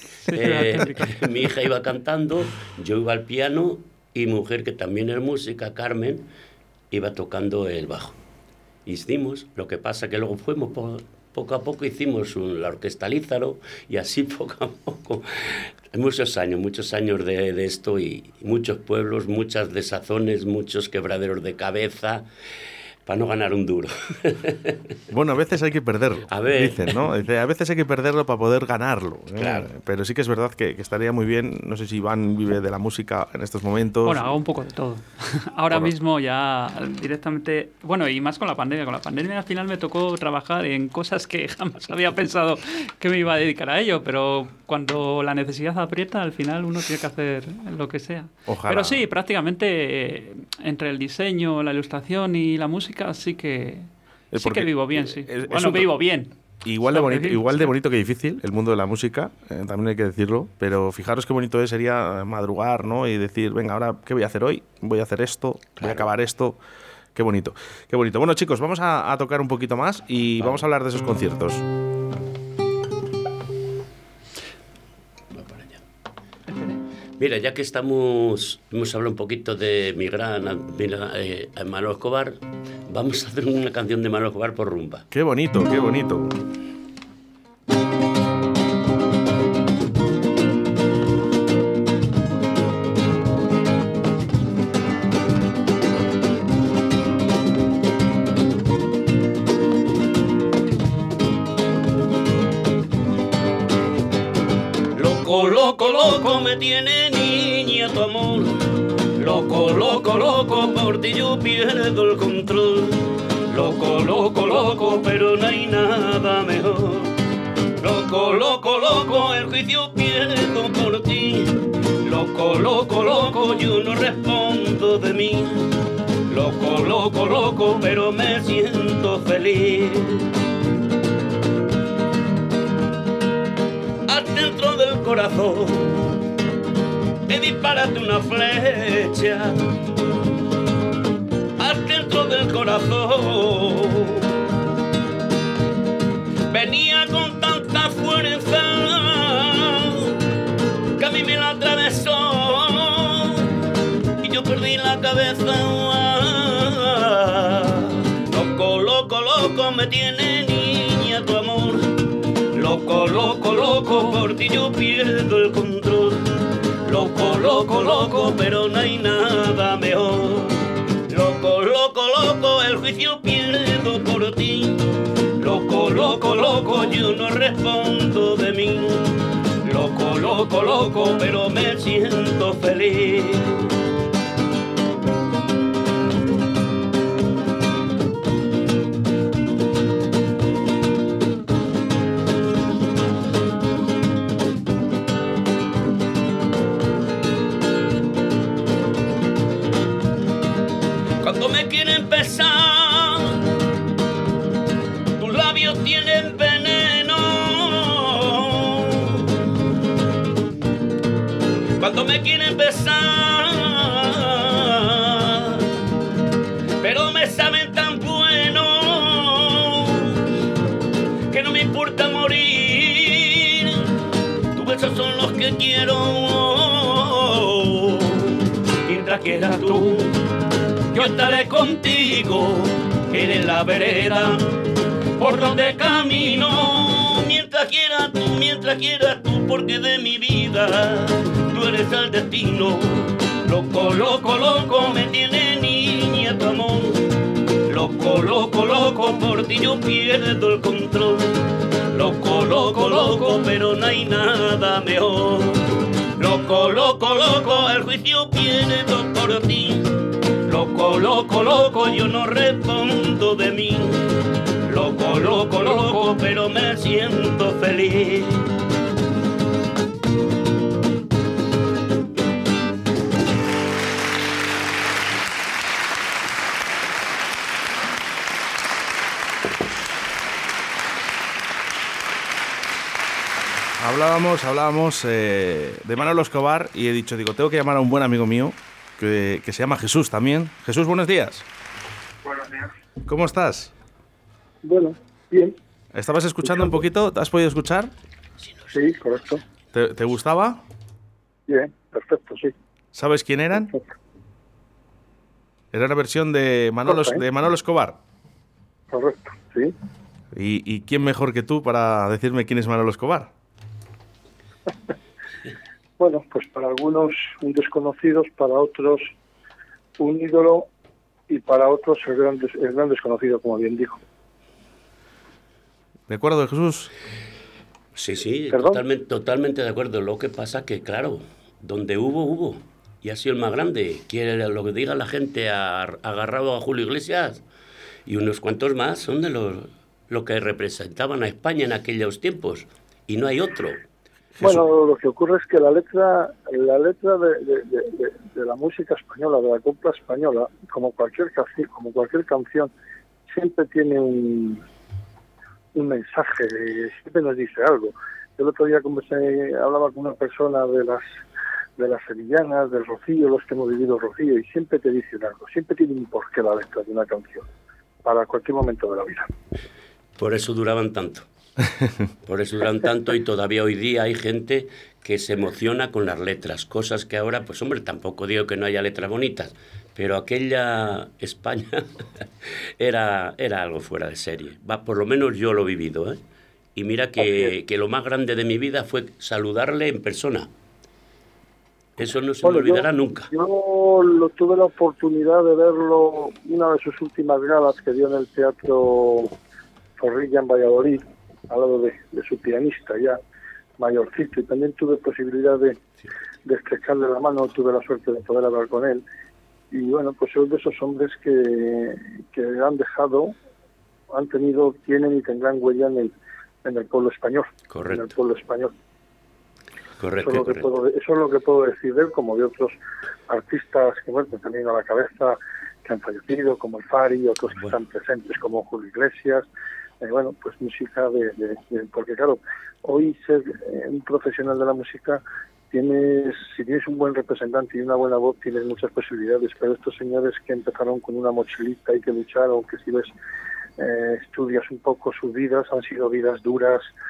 Eh, mi hija iba cantando, yo iba al piano y mi mujer, que también es música, Carmen, iba tocando el bajo. Hicimos, lo que pasa que luego fuimos po- poco a poco, hicimos un- la orquesta Lízaro y así poco a poco. Muchos años, muchos años de, de esto y muchos pueblos, muchas desazones, muchos quebraderos de cabeza para no ganar un duro. Bueno, a veces hay que perderlo, A ver. dicen, ¿no? Dice, a veces hay que perderlo para poder ganarlo. ¿eh? Claro. Pero sí que es verdad que, que estaría muy bien, no sé si Iván vive de la música en estos momentos. Bueno, hago un poco de todo. Ahora Bueno. mismo ya directamente... Bueno, y más con la pandemia. Con la pandemia al final me tocó trabajar en cosas que jamás había pensado que me iba a dedicar a ello, pero cuando la necesidad aprieta, al final uno tiene que hacer lo que sea. Ojalá. Pero sí, prácticamente eh, entre el diseño, la ilustración y la música sí que, Eh, sí porque que vivo bien, sí. es- es Bueno, un- vivo bien. Igual de, bonito, Sobrevivir, igual de sí. bonito que difícil el mundo de la música, eh, también hay que decirlo, pero fijaros qué bonito es, sería madrugar, ¿no? Y decir, venga, ahora, ¿qué voy a hacer hoy? Voy a hacer esto, voy a acabar esto. Qué bonito, qué bonito. Bueno, chicos, vamos a, a tocar un poquito más y vamos a hablar de esos conciertos. Mira, ya que estamos, hemos hablado un poquito de mi gran admira- eh, Manolo Escobar, vamos a hacer una canción de Manolo Escobar por rumba. Qué bonito, qué bonito. Loco, loco, loco me tiene niña tu amor. Loco, loco, loco, por ti yo pierdo el control. Loco, loco, loco, pero no hay nada mejor. Loco, loco, loco, el juicio pierdo por ti. Loco, loco, loco, yo no respondo de mí. Loco, loco, loco, pero me siento feliz. Dentro del corazón te disparate una flecha, dentro del corazón venía con tanta fuerza que a mí me la atravesó y yo perdí la cabeza. loco me tiene, niña, tu amor. Loco, loco, loco, por ti yo pierdo el control. Loco, loco, loco, pero no hay nada mejor. Loco, loco, loco, el juicio pierdo por ti. Loco, loco, loco, yo no respondo de mí. Loco, loco, loco, pero me siento feliz. Cuando me quieren besar, tus labios tienen veneno. Cuando me quieren besar, pero me saben tan bueno que no me importa morir. Tus besos son los que quiero. Mientras quieras tú, yo estaré contigo, eres la vereda por donde camino. Mientras quieras tú, mientras quieras tú, porque de mi vida tú eres el destino. Loco, loco, loco, me tiene, niña, tu amor. Loco, loco, loco, por ti yo pierdo el control. Loco, loco, loco, pero no hay nada mejor. Loco, loco, loco, el juicio pierdo por ti. Loco, loco, loco, yo no respondo de mí. Loco, loco, loco, pero me siento feliz. Hablábamos, hablábamos eh, de Manolo Escobar y he dicho, digo, tengo que llamar a un buen amigo mío que, que se llama Jesús también. Jesús, buenos días. Buenos días. ¿Cómo estás? Bueno, bien. ¿Estabas escuchando un poquito? ¿Te has podido escuchar? Sí, correcto. ¿Te, te gustaba? Bien, perfecto, sí. ¿Sabes quién eran? Perfecto. Era una versión de Manolo, Correcto, ¿eh? de Manolo Escobar. Correcto, sí. ¿Y, ¿Y quién mejor que tú para decirme quién es Manolo Escobar? Bueno, pues para algunos un desconocido, para otros un ídolo y para otros el gran, des- el gran desconocido, como bien dijo. ¿De acuerdo, Jesús? Sí, sí, ¿Perdón? totalmente, totalmente de acuerdo. Lo que pasa que, claro, donde hubo, hubo. Y ha sido el más grande. Quiere lo que diga la gente, ha agarrado a Julio Iglesias y unos cuantos más son de los lo que representaban a España en aquellos tiempos. Y no hay otro. Bueno, lo que ocurre es que la letra la letra de, de, de, de- de la música española, de la copla española, como cualquier canción, como cualquier canción, siempre tiene un, un mensaje, siempre nos dice algo. El otro día conversé, hablaba con una persona de las de las sevillanas, del Rocío, los que hemos vivido Rocío, y siempre te dicen algo, siempre tiene un porqué la letra de una canción, para cualquier momento de la vida. Por eso duraban tanto. Por eso duran tanto y todavía hoy día hay gente que se emociona con las letras, cosas que ahora, pues hombre, tampoco digo que no haya letras bonitas, pero aquella España era, era algo fuera de serie. Va, por lo menos yo lo he vivido, ¿eh? Y mira que, que lo más grande de mi vida fue saludarle en persona. Eso no se Bueno, me olvidará yo, nunca. Yo lo, tuve la oportunidad de verlo una de sus últimas galas que dio en el Teatro Zorrilla en Valladolid, al lado de, de su pianista ya mayorcito, y también tuve posibilidad de, de estrecharle la mano, tuve la suerte de poder hablar con él, y bueno, pues soy de esos hombres que, que han dejado, han tenido, tienen y tendrán huella en el, en el pueblo español. Correcto. En el pueblo español. Correcto, Eso es, lo que correcto. puedo, eso es lo que puedo decir de él, como de otros artistas que bueno, también a la cabeza, que han fallecido, como el Fari, y otros que están presentes, como Julio Iglesias. Eh, bueno, pues música de, de, de- porque claro, hoy ser eh, un profesional de la música, tienes, si tienes un buen representante y una buena voz, tienes muchas posibilidades, pero estos señores que empezaron con una mochilita y que lucharon, que si ves, eh, estudias un poco sus vidas, han sido vidas duras,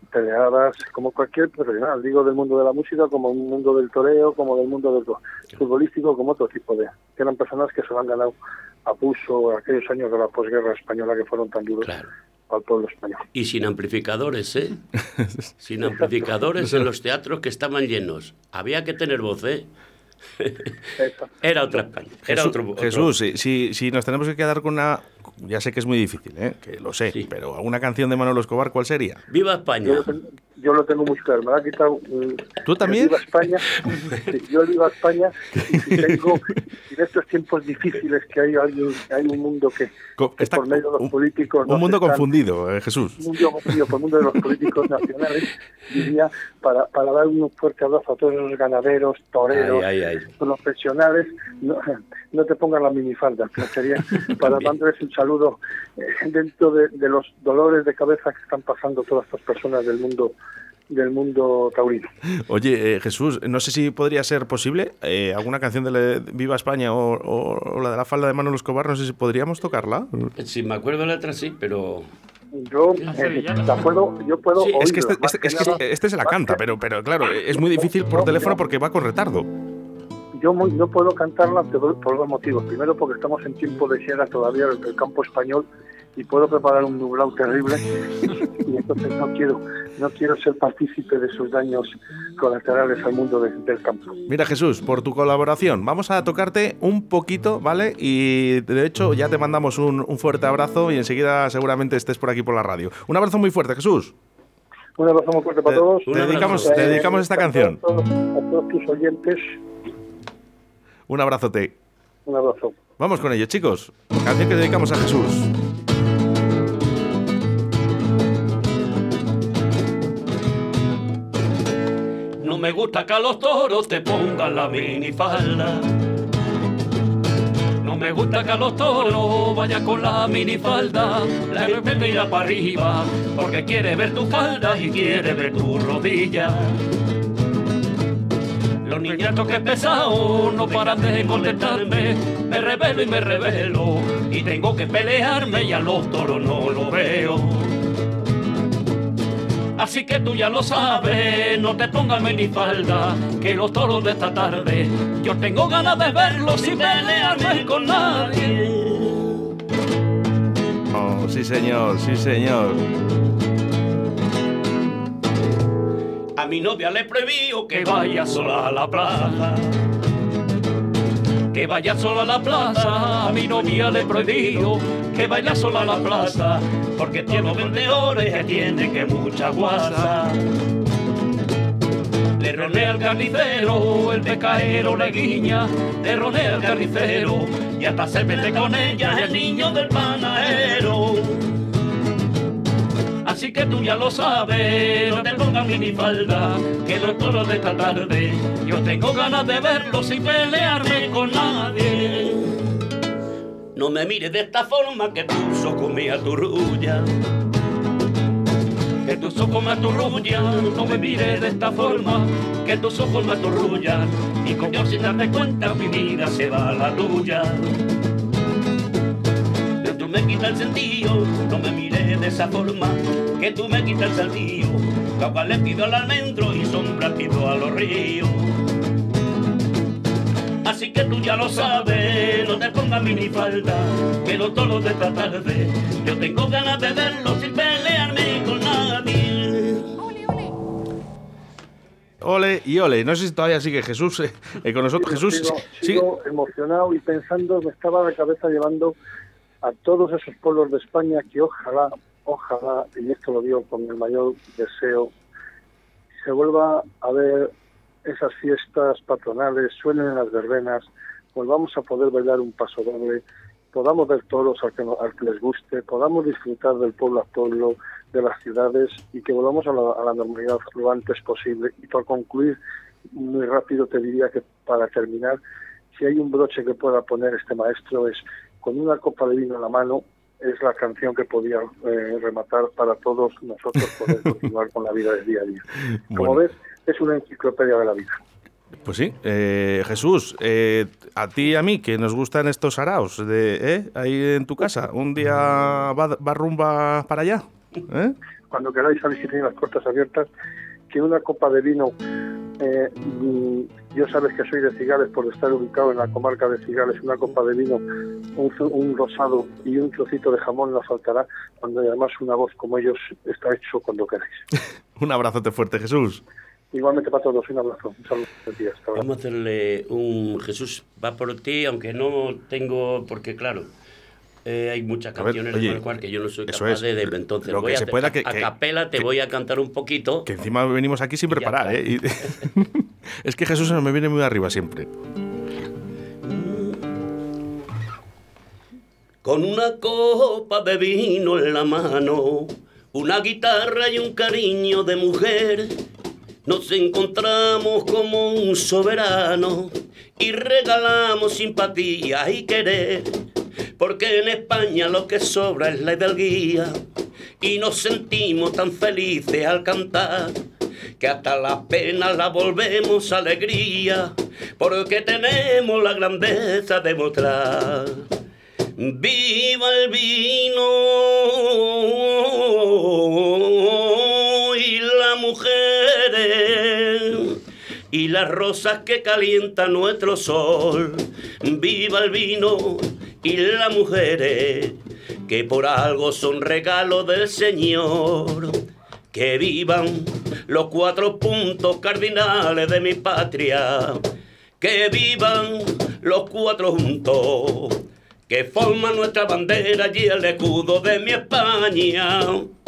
peleadas, como cualquier profesional, digo del mundo de la música, como el mundo del toreo, como del mundo del futbolístico, como otro tipo de... que eran personas que se lo han ganado a pulso aquellos años de la posguerra española que fueron tan duros. Claro. Al pueblo español. Y sin amplificadores, ¿eh? Sin amplificadores en los teatros que estaban llenos. Había que tener voz, ¿eh? Era otra España. Era Jesús, otro, otro... Jesús si, si, si nos tenemos que quedar con una... Ya sé que es muy difícil, ¿eh? Que lo sé, sí. Pero alguna canción de Manolo Escobar, ¿cuál sería? ¡Viva España! Yo lo tengo, yo lo tengo muy claro. Me la ha quitado... ¿Tú también? ¡Viva España! Sí, yo Viva España y tengo... En estos tiempos difíciles que hay alguien, hay un mundo que, que Está, por medio de los un, políticos... Un mundo están, confundido, eh, Jesús. Un mundo confundido por el mundo de los políticos nacionales, diría, para, para dar un fuerte abrazo a todos los ganaderos, toreros, ay, ay, ay. profesionales. No, no te pongan la minifalda, que sería para darles un saludo eh, dentro de, de los dolores de cabeza que están pasando todas estas personas del mundo del mundo taurino. Oye, eh, Jesús, no sé si podría ser posible eh, alguna canción de la, Viva España o, o, o la de la falda de Manolo Escobar, no sé si podríamos tocarla. Si me acuerdo la letra, sí, pero... Yo, eh, la puedo, yo puedo sí, oírlo, es que, este, este, que es que nada, este se la canta, que, pero, pero claro, es muy difícil por teléfono porque va con retardo. Yo no puedo cantarla por dos motivos. Primero, porque estamos en tiempo de sierra todavía el, el campo español y puedo preparar un nublado terrible y entonces no quiero no quiero ser partícipe de esos daños colaterales al mundo de, del campo. Mira, Jesús, por tu colaboración vamos a tocarte un poquito, ¿vale? Y de hecho ya te mandamos un, un fuerte abrazo y enseguida seguramente estés por aquí por la radio. Un abrazo muy fuerte, Jesús. Un abrazo muy fuerte para te, todos. Te dedicamos, te dedicamos esta canción. A todos, a todos tus oyentes. Un abrazote. Un abrazo. Vamos con ello, chicos. Canción que dedicamos a Jesús. No me gusta que a los toros te pongan la minifalda. No me gusta que a los toros vaya con la minifalda, la repente irá para arriba, porque quiere ver tu falda y quiere ver tu rodilla. Los niñatos que pesado no paran de contestarme, me revelo y me revelo, y tengo que pelearme y a los toros no lo veo. Así que tú ya lo sabes, no te pongas minifalda, que los toros de esta tarde, yo tengo ganas de verlos sin pelearme con nadie. Oh, sí señor, sí señor. A mi novia le prohibí que vaya sola a la plaza. Que vaya sola a la plaza, a mi novia le prohibí que vaya sola a la plaza, porque tiene veinte horas y tiene que mucha guasa. Le ronea al carnicero, el pescaero le guiña, le ronea al carnicero y hasta se mete con ella el niño del panadero. Así que tú ya lo sabes, no te pongas minifalda, que los toros de esta tarde yo tengo ganas de verlos sin pelearme con nadie. No me mires de esta forma, que tus ojos me aturrullan, que tus ojos me aturrullan. No me mires de esta forma, que tus ojos me aturrullan, y como sin darme cuenta mi vida se va a la tuya. Tú me quitas el sentido, no me mires de esa forma, que tú me quitas el sentido. Agua le pido al almendro y sombra pido a los ríos. Así que tú ya lo sabes, no te pongas minifalda, que los toros de esta tarde yo tengo ganas de verlos sin pelearme con nadie. Ole y ole. No sé si todavía sigue Jesús eh, eh, con nosotros. Sigo, Jesús, sigo, sí, sigo emocionado y pensando, me estaba la cabeza llevando a todos esos pueblos de España que ojalá, ojalá, y esto lo digo con el mayor deseo, se vuelva a ver esas fiestas patronales, suenen las verbenas, volvamos a poder bailar un paso doble, podamos ver toros al que, al que les guste, podamos disfrutar del pueblo a pueblo, de las ciudades, y que volvamos a la, a la normalidad lo antes posible. Y para concluir, muy rápido te diría que para terminar, si hay un broche que pueda poner este maestro es: con una copa de vino en la mano, es la canción que podía eh, rematar para todos nosotros poder continuar con la vida del día a día. Como bueno. ves, es una enciclopedia de la vida. Pues sí, eh, Jesús, eh, a ti y a mí, que nos gustan estos araos de, ¿eh? ahí en tu casa, un día va, va rumba para allá. ¿Eh? cuando queráis, sabéis que tenéis las puertas abiertas, que una copa de vino, eh, yo sabes que soy de Cigales por estar ubicado en la comarca de Cigales, una copa de vino, un, un rosado y un trocito de jamón no faltará, cuando además una voz como ellos está hecho cuando queráis. Un abrazote fuerte, Jesús. Igualmente para todos, un abrazo, un saludo. Vamos a hacerle un Jesús va por ti, aunque no tengo, porque claro, eh, hay muchas canciones ver, oye, con el cual que yo no soy eso capaz es, de, de entonces lo voy que a, se pueda a, que- a que- capela te que- voy a cantar un poquito. Que encima venimos aquí sin preparar, ¿eh? Y- es que Jesús se me viene muy arriba siempre. Con una copa de vino en la mano, una guitarra y un cariño de mujer, nos encontramos como un soberano y regalamos simpatía y querer, porque en España lo que sobra es la hidalguía y nos sentimos tan felices al cantar que hasta las penas la volvemos alegría, porque tenemos la grandeza de mostrar. ¡Viva el vino y las mujeres y las rosas que calientan nuestro sol! ¡Viva el vino y las mujeres que por algo son regalos del Señor! ¡Que vivan los cuatro puntos cardinales de mi patria! ¡Que vivan los cuatro juntos que forman nuestra bandera y el escudo de mi España!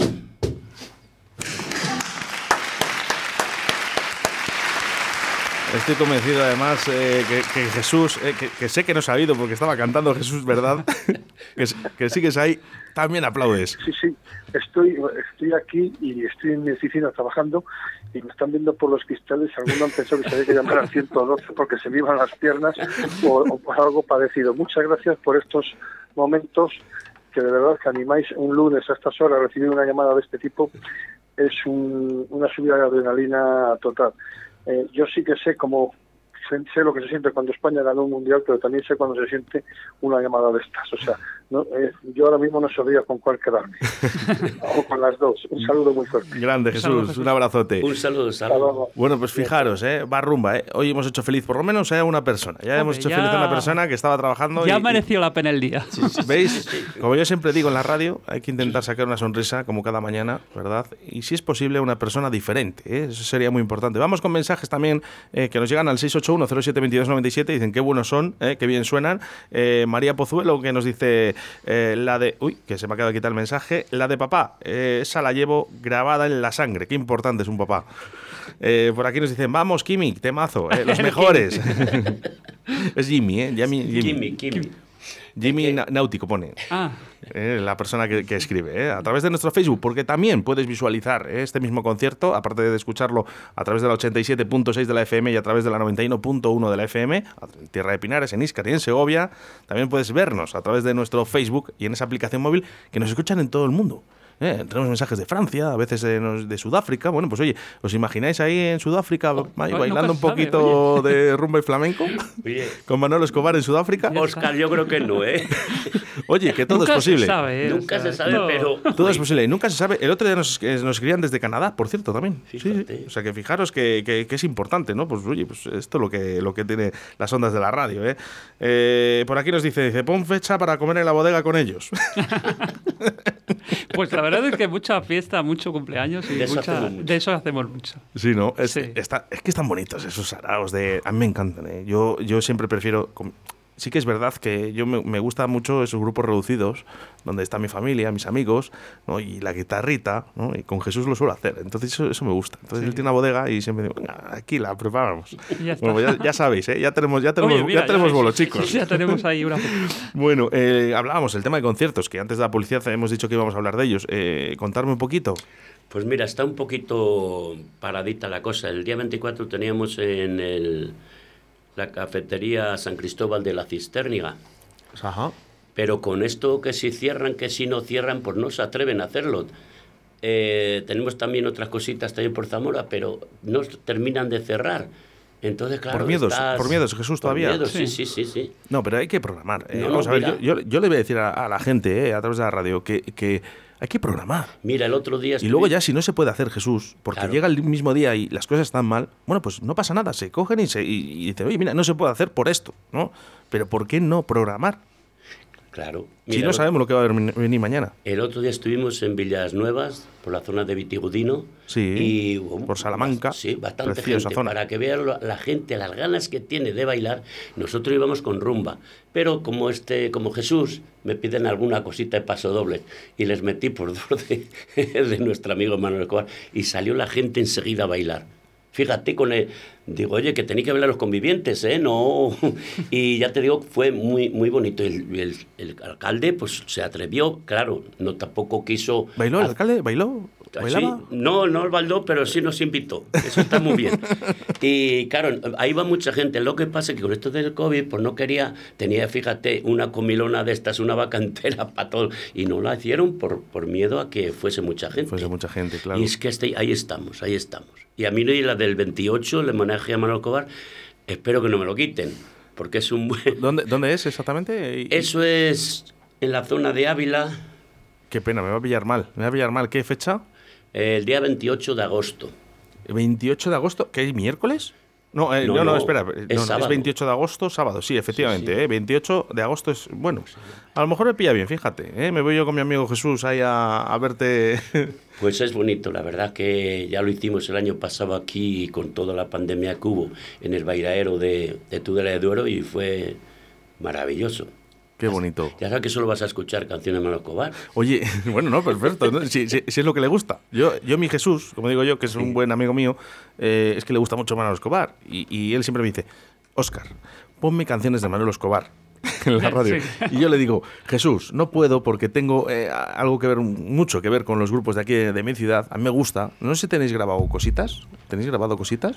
Estoy convencido además eh, que, que Jesús, eh, que, que sé que no se ha oído porque estaba cantando Jesús, ¿verdad? que, que sigues ahí, también aplaudes. Sí, sí, estoy, estoy aquí y estoy en mi oficina trabajando y me están viendo por los cristales. Algunos han pensado que se había que llamar al ciento doce porque se me iban las piernas o, o por algo parecido. Muchas gracias por estos momentos que de verdad que animáis un lunes a estas horas a recibir una llamada de este tipo. Es un, una subida de adrenalina total. Eh, yo sí que sé cómo sé lo que se siente cuando España ganó un mundial, pero también sé cuando se siente una llamada de estas. O sea, no, eh, yo ahora mismo no sabría con cuál quedarme. O con las dos. Un saludo muy fuerte. Grande, Jesús. Un abrazote. Un saludo, saludo. Bueno, pues fijaros, ¿eh? Va rumba, ¿eh? Hoy hemos hecho feliz por lo menos a una persona. Ya Hombre, hemos hecho ya- feliz a una persona que estaba trabajando. Ya y, mereció la pena el día. ¿Veis? Como yo siempre digo en la radio, hay que intentar sacar una sonrisa como cada mañana, ¿verdad? Y si es posible, una persona diferente, ¿eh? Eso sería muy importante. Vamos con mensajes también eh, que nos llegan al seis ocho uno cero siete veintidós noventa y siete. Dicen qué buenos son, ¿eh? Qué bien suenan. Eh, María Pozuelo que nos dice eh, la de... Uy, que se me acaba de quitar el mensaje. La de papá, eh, esa la llevo grabada en la sangre. Qué importante es un papá. Eh, por aquí nos dicen, vamos, Kimi, temazo, eh, los mejores. Es Jimmy, ¿eh? Jimmy, Jimmy. Jimmy, Jimmy. Jimmy Na- Náutico pone. Ah. Eh, la persona que, que escribe, eh, a través de nuestro Facebook, porque también puedes visualizar eh, este mismo concierto, aparte de escucharlo a través de la ochenta y siete punto seis de la F M y a través de la noventa y uno punto uno de la F M, en Tierra de Pinares, en Íscar y en Segovia. También puedes vernos a través de nuestro Facebook y en esa aplicación móvil que nos escuchan en todo el mundo. Eh, tenemos mensajes de Francia, a veces de, de Sudáfrica. Bueno, pues oye, ¿os imagináis ahí en Sudáfrica ahí, bailando un nunca se sabe, poquito de rumba y flamenco? Oye, Con Manolo Escobar en Sudáfrica. Oscar, yo creo que no, ¿eh? Oye, que todo Nunca es posible. se sabe, ¿eh? Nunca se sabe, pero- Todo es posible. Y nunca se sabe. El otro día nos, eh, nos escribían desde Canadá, por cierto, también. Sí, sí. O sea, que fijaros que, que- que es importante, ¿no? Pues oye, pues esto es lo que, lo que tiene las ondas de la radio, ¿eh? Eh, por aquí nos dice, dice, pon fecha para comer en la bodega con ellos. Pues la verdad es que mucha fiesta, mucho cumpleaños y De eso mucha- hacemos mucho. de eso hacemos mucho. Sí, ¿no? Es, está- es que están bonitos esos saraos de... A mí me encantan, ¿eh? Yo, yo siempre prefiero... com- Sí que es verdad que yo me, me gusta mucho esos grupos reducidos, donde está mi familia, mis amigos, ¿no? Y la guitarrita, ¿no? Y con Jesús lo suelo hacer. Entonces eso, eso me gusta. Entonces él tiene una bodega y siempre digo, "Venga, aquí la preparamos". Ya está. Bueno, pues ya, ya sabéis, ¿eh? Ya tenemos, ya tenemos, Oye, mira, ya tenemos ves, bolos, chicos. Ya tenemos ahí una... Bueno, eh, hablábamos del tema de conciertos, que antes de la publicidad hemos dicho que íbamos a hablar de ellos. Eh, contarme un poquito. Pues mira, está un poquito paradita la cosa. El día veinticuatro teníamos en el, la cafetería San Cristóbal de la Cisterniga. Ajá. Pero con esto que si cierran, que si no cierran, pues no se atreven a hacerlo. Eh, tenemos también otras cositas también por Zamora, pero no terminan de cerrar. Entonces, claro, Por miedos, estás- por miedos, Jesús, por todavía. miedos, sí, sí, sí, sí. No, pero hay que programar. Eh, No, no, vamos a ver, mira. yo, yo, yo le voy a decir a, a la gente, eh, a través de la radio, que, que Hay que programar. Mira, el otro día... Y luego ya si no se puede hacer, Jesús, porque Claro. llega el mismo día y las cosas están mal, bueno, pues no pasa nada, se cogen y, se, y, y dicen, oye, mira, no se puede hacer por esto, ¿no? Pero ¿por qué no programar? Claro. Si Mira, no el- sabemos lo que va a venir mañana. El otro día estuvimos en Villas Nuevas, por la zona de Vitigudino. Sí, y, um, por Salamanca. Sí, bastante Preciosa gente. zona. Para que vean lo- la gente, las ganas que tiene de bailar. Nosotros íbamos con rumba. Pero como este, como Jesús, me piden alguna cosita de paso doble. Y les metí por dos de, de nuestro amigo Manuel Escobar. Y salió la gente enseguida a bailar. Fíjate con el... Digo, oye, que tenéis que ver a los convivientes, ¿eh? No... Y ya te digo, fue muy muy bonito. El, el, el alcalde, pues, se atrevió, claro, no tampoco quiso... ¿Bailó el alcalde? ¿Bailó? ¿Bailaba? Sí, no, no el bailó, pero sí nos invitó. Eso está muy bien. Y claro, ahí va mucha gente. Lo que pasa es que con esto del COVID, pues no quería, tenía, fíjate, una comilona de estas, una vaca entera para todo. Y no la hicieron por, por miedo a que fuese mucha gente. Fuese mucha gente, claro. Y es que este, ahí estamos, ahí estamos. Y a mí no, y la del veintiocho, el homenaje a Manuel Escobar, espero que no me lo quiten, porque es un buen... ¿Dónde, dónde es exactamente? Y- Eso es en la zona de Ávila, Qué pena, me va a pillar mal. Me va a pillar mal. ¿Qué fecha? el día veintiocho de agosto. ¿veintiocho de agosto? ¿Qué hay, miércoles? No, eh, No, no, no, no, espera. es no, no, sábado. es veintiocho de agosto, sábado, sí, efectivamente. Sí, sí. ¿eh? veintiocho de agosto es. Bueno, a lo mejor me pilla bien, fíjate. ¿eh? Me voy yo con mi amigo Jesús ahí a, a verte. Pues es bonito, la verdad que ya lo hicimos el año pasado aquí con toda la pandemia que hubo en el bailadero de, de Tudela de Duero y fue maravilloso. Qué bonito. Ya sabes que solo vas a escuchar canciones de Manuel Escobar. Oye, bueno, no, perfecto. ¿no? Si, si- si es lo que le gusta. Yo, yo mi Jesús, como digo yo, que es un buen amigo mío, eh, es que le gusta mucho Manuel Escobar. Y, y él siempre me dice, Óscar, ponme canciones de Manuel Escobar en la radio. Sí. Y yo le digo, Jesús, no puedo porque tengo eh, algo que ver, mucho que ver con los grupos de aquí de mi ciudad. A mí me gusta. No sé si tenéis grabado cositas. ¿Tenéis grabado cositas?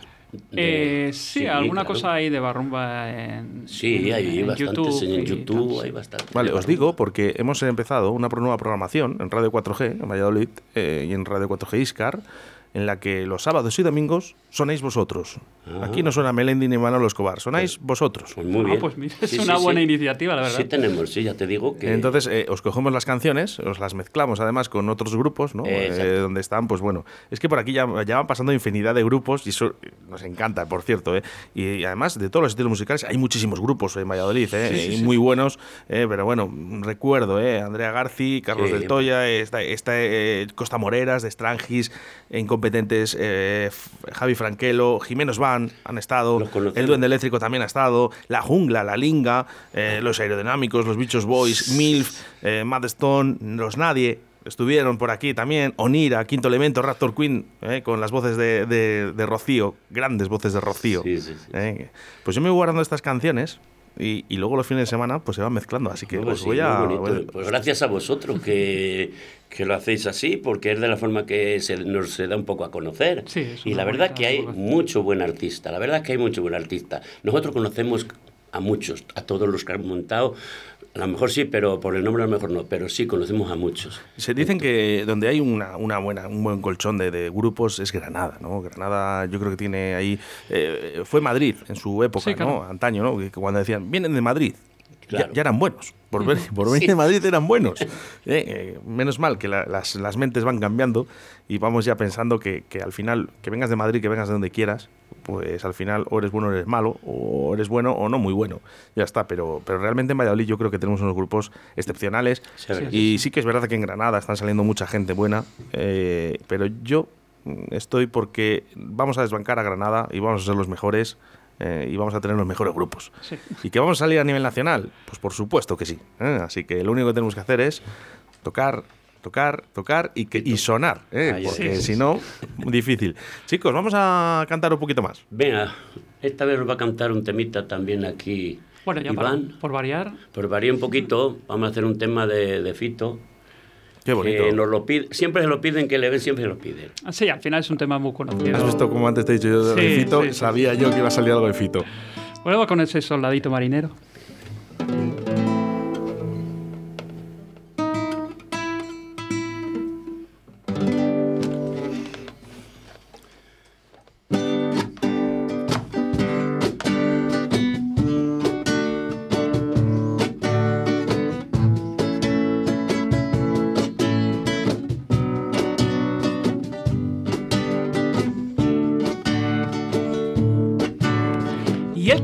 Eh, sí, sí, alguna claro. cosa ahí de Barrumba en, Sí, en- hay en bastantes YouTube. en y YouTube, tal, hay sí. bastantes. Vale, os digo porque hemos empezado una pro- nueva programación en Radio cuatro G, en Valladolid, eh, y en Radio cuatro G Iscar, en la que los sábados y domingos sonáis vosotros. Ah. Aquí no suena Melendi ni Manolo Escobar, sonáis vosotros. Pues muy Ah, bien. pues mira, es Sí, una sí, buena sí. iniciativa, la verdad. Sí tenemos, sí, ya te digo que... Entonces, eh, os cogemos las canciones, os las mezclamos además con otros grupos, ¿no? Eh, exacto. Eh, donde están, pues bueno, es que por aquí ya, ya van pasando infinidad de grupos y eso nos encanta, por cierto, ¿eh? Y, y además de todos los estilos musicales, hay muchísimos grupos en Valladolid, ¿eh? Sí, sí, y sí. muy buenos, ¿eh? Pero bueno, recuerdo, ¿eh? Andrea Garci, Carlos Sí. del Toya, está, está, eh, Costa Moreras, de Strangis, Incompetentes, eh, F- Javi Franquelo, Jimenos Van han estado, Los conocemos. el Duende Eléctrico también ha estado, La Jungla, La Linga, eh, Los Aerodinámicos, Los Bichos Boys, MILF, eh, Mad Stone, Los Nadie, estuvieron por aquí también, Onira, Quinto Elemento, Raptor Queen, eh, con las voces de, de- de Rocío, grandes voces de Rocío. Sí, sí, sí. Eh, Pues yo me voy guardando estas canciones y, y luego los fines de semana pues se van mezclando, así que No, os sí, voy a... muy bonito. voy- Pues gracias a vosotros que, que lo hacéis así, porque es de la forma que se, nos se da un poco a conocer. Sí, es y una la verdad bonita que hay divulgación. mucho buen artista, la verdad que hay mucho buen artista. Nosotros conocemos a muchos, a todos los que han montado, a lo mejor sí, pero por el nombre a lo mejor no, pero sí conocemos a muchos. Se dicen que donde hay una, una buena, un buen colchón de, de grupos es Granada, ¿no? Granada yo creo que tiene ahí... eh, fue Madrid en su época, Sí, claro. ¿no? Antaño, ¿no? Que cuando decían, vienen de Madrid, Claro. ya, ya eran buenos. Por, ver, por venir Sí. de Madrid eran buenos. Eh, eh, menos mal que la- las, las mentes van cambiando y vamos ya pensando que, que al final, que vengas de Madrid, que vengas de donde quieras, pues al final o eres bueno o eres malo, o eres bueno o no muy bueno. Ya está, pero, pero realmente en Valladolid yo creo que tenemos unos grupos excepcionales. Sí, sí, Y sí que es verdad que en Granada están saliendo mucha gente buena, eh, pero yo mm, estoy porque vamos a desbancar a Granada y vamos a ser los mejores eh, y vamos a tener los mejores grupos. Sí. ¿Y que vamos a salir a nivel nacional? Pues por supuesto que sí. ¿eh? Así que lo único que tenemos que hacer es tocar, tocar, tocar y, que, y sonar, ¿eh? Ahí porque es. si no, difícil. Chicos, vamos a cantar un poquito más. Venga, esta vez os va a cantar un temita también aquí Bueno, ya para- Iván. por variar. Por variar un poquito, vamos a hacer un tema de, de Fito. Qué bonito. Que nos lo pide, siempre se lo piden, que le ven, siempre se lo piden. Ah, Sí, al final es un tema muy conocido. ¿Has visto como antes te he dicho yo de Sí, Fito? sí, sí. Sabía yo que iba a salir algo de Fito. Bueno, va con ese soldadito marinero.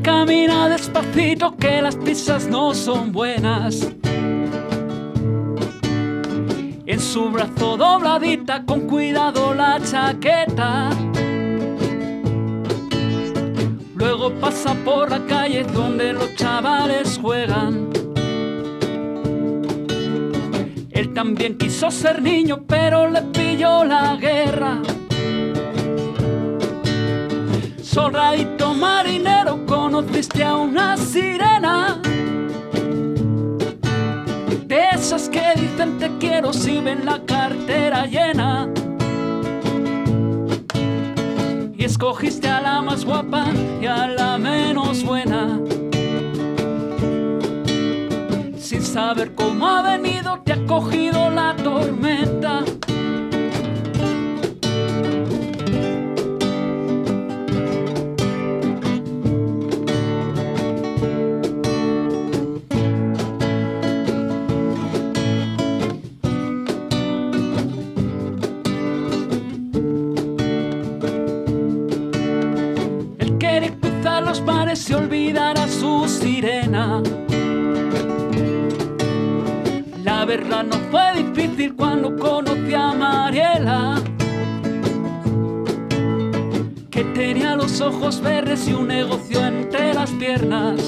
camina despacito que las prisas no son buenas. En su brazo dobladita con cuidado la chaqueta. Luego pasa por la calle donde los chavales juegan. Él también quiso ser niño, pero le pilló la guerra. Soldadito marinero, conociste a una sirena. De esas que dicen te quiero si ven la cartera llena. Y escogiste a la más guapa y a la menos buena. Sin saber cómo ha venido, te ha cogido la tormenta. Él quiere cruzar los mares y olvidar a su sirena. La verdad no fue difícil cuando conocí a Mariela, que tenía los ojos verdes y un negocio entre las piernas.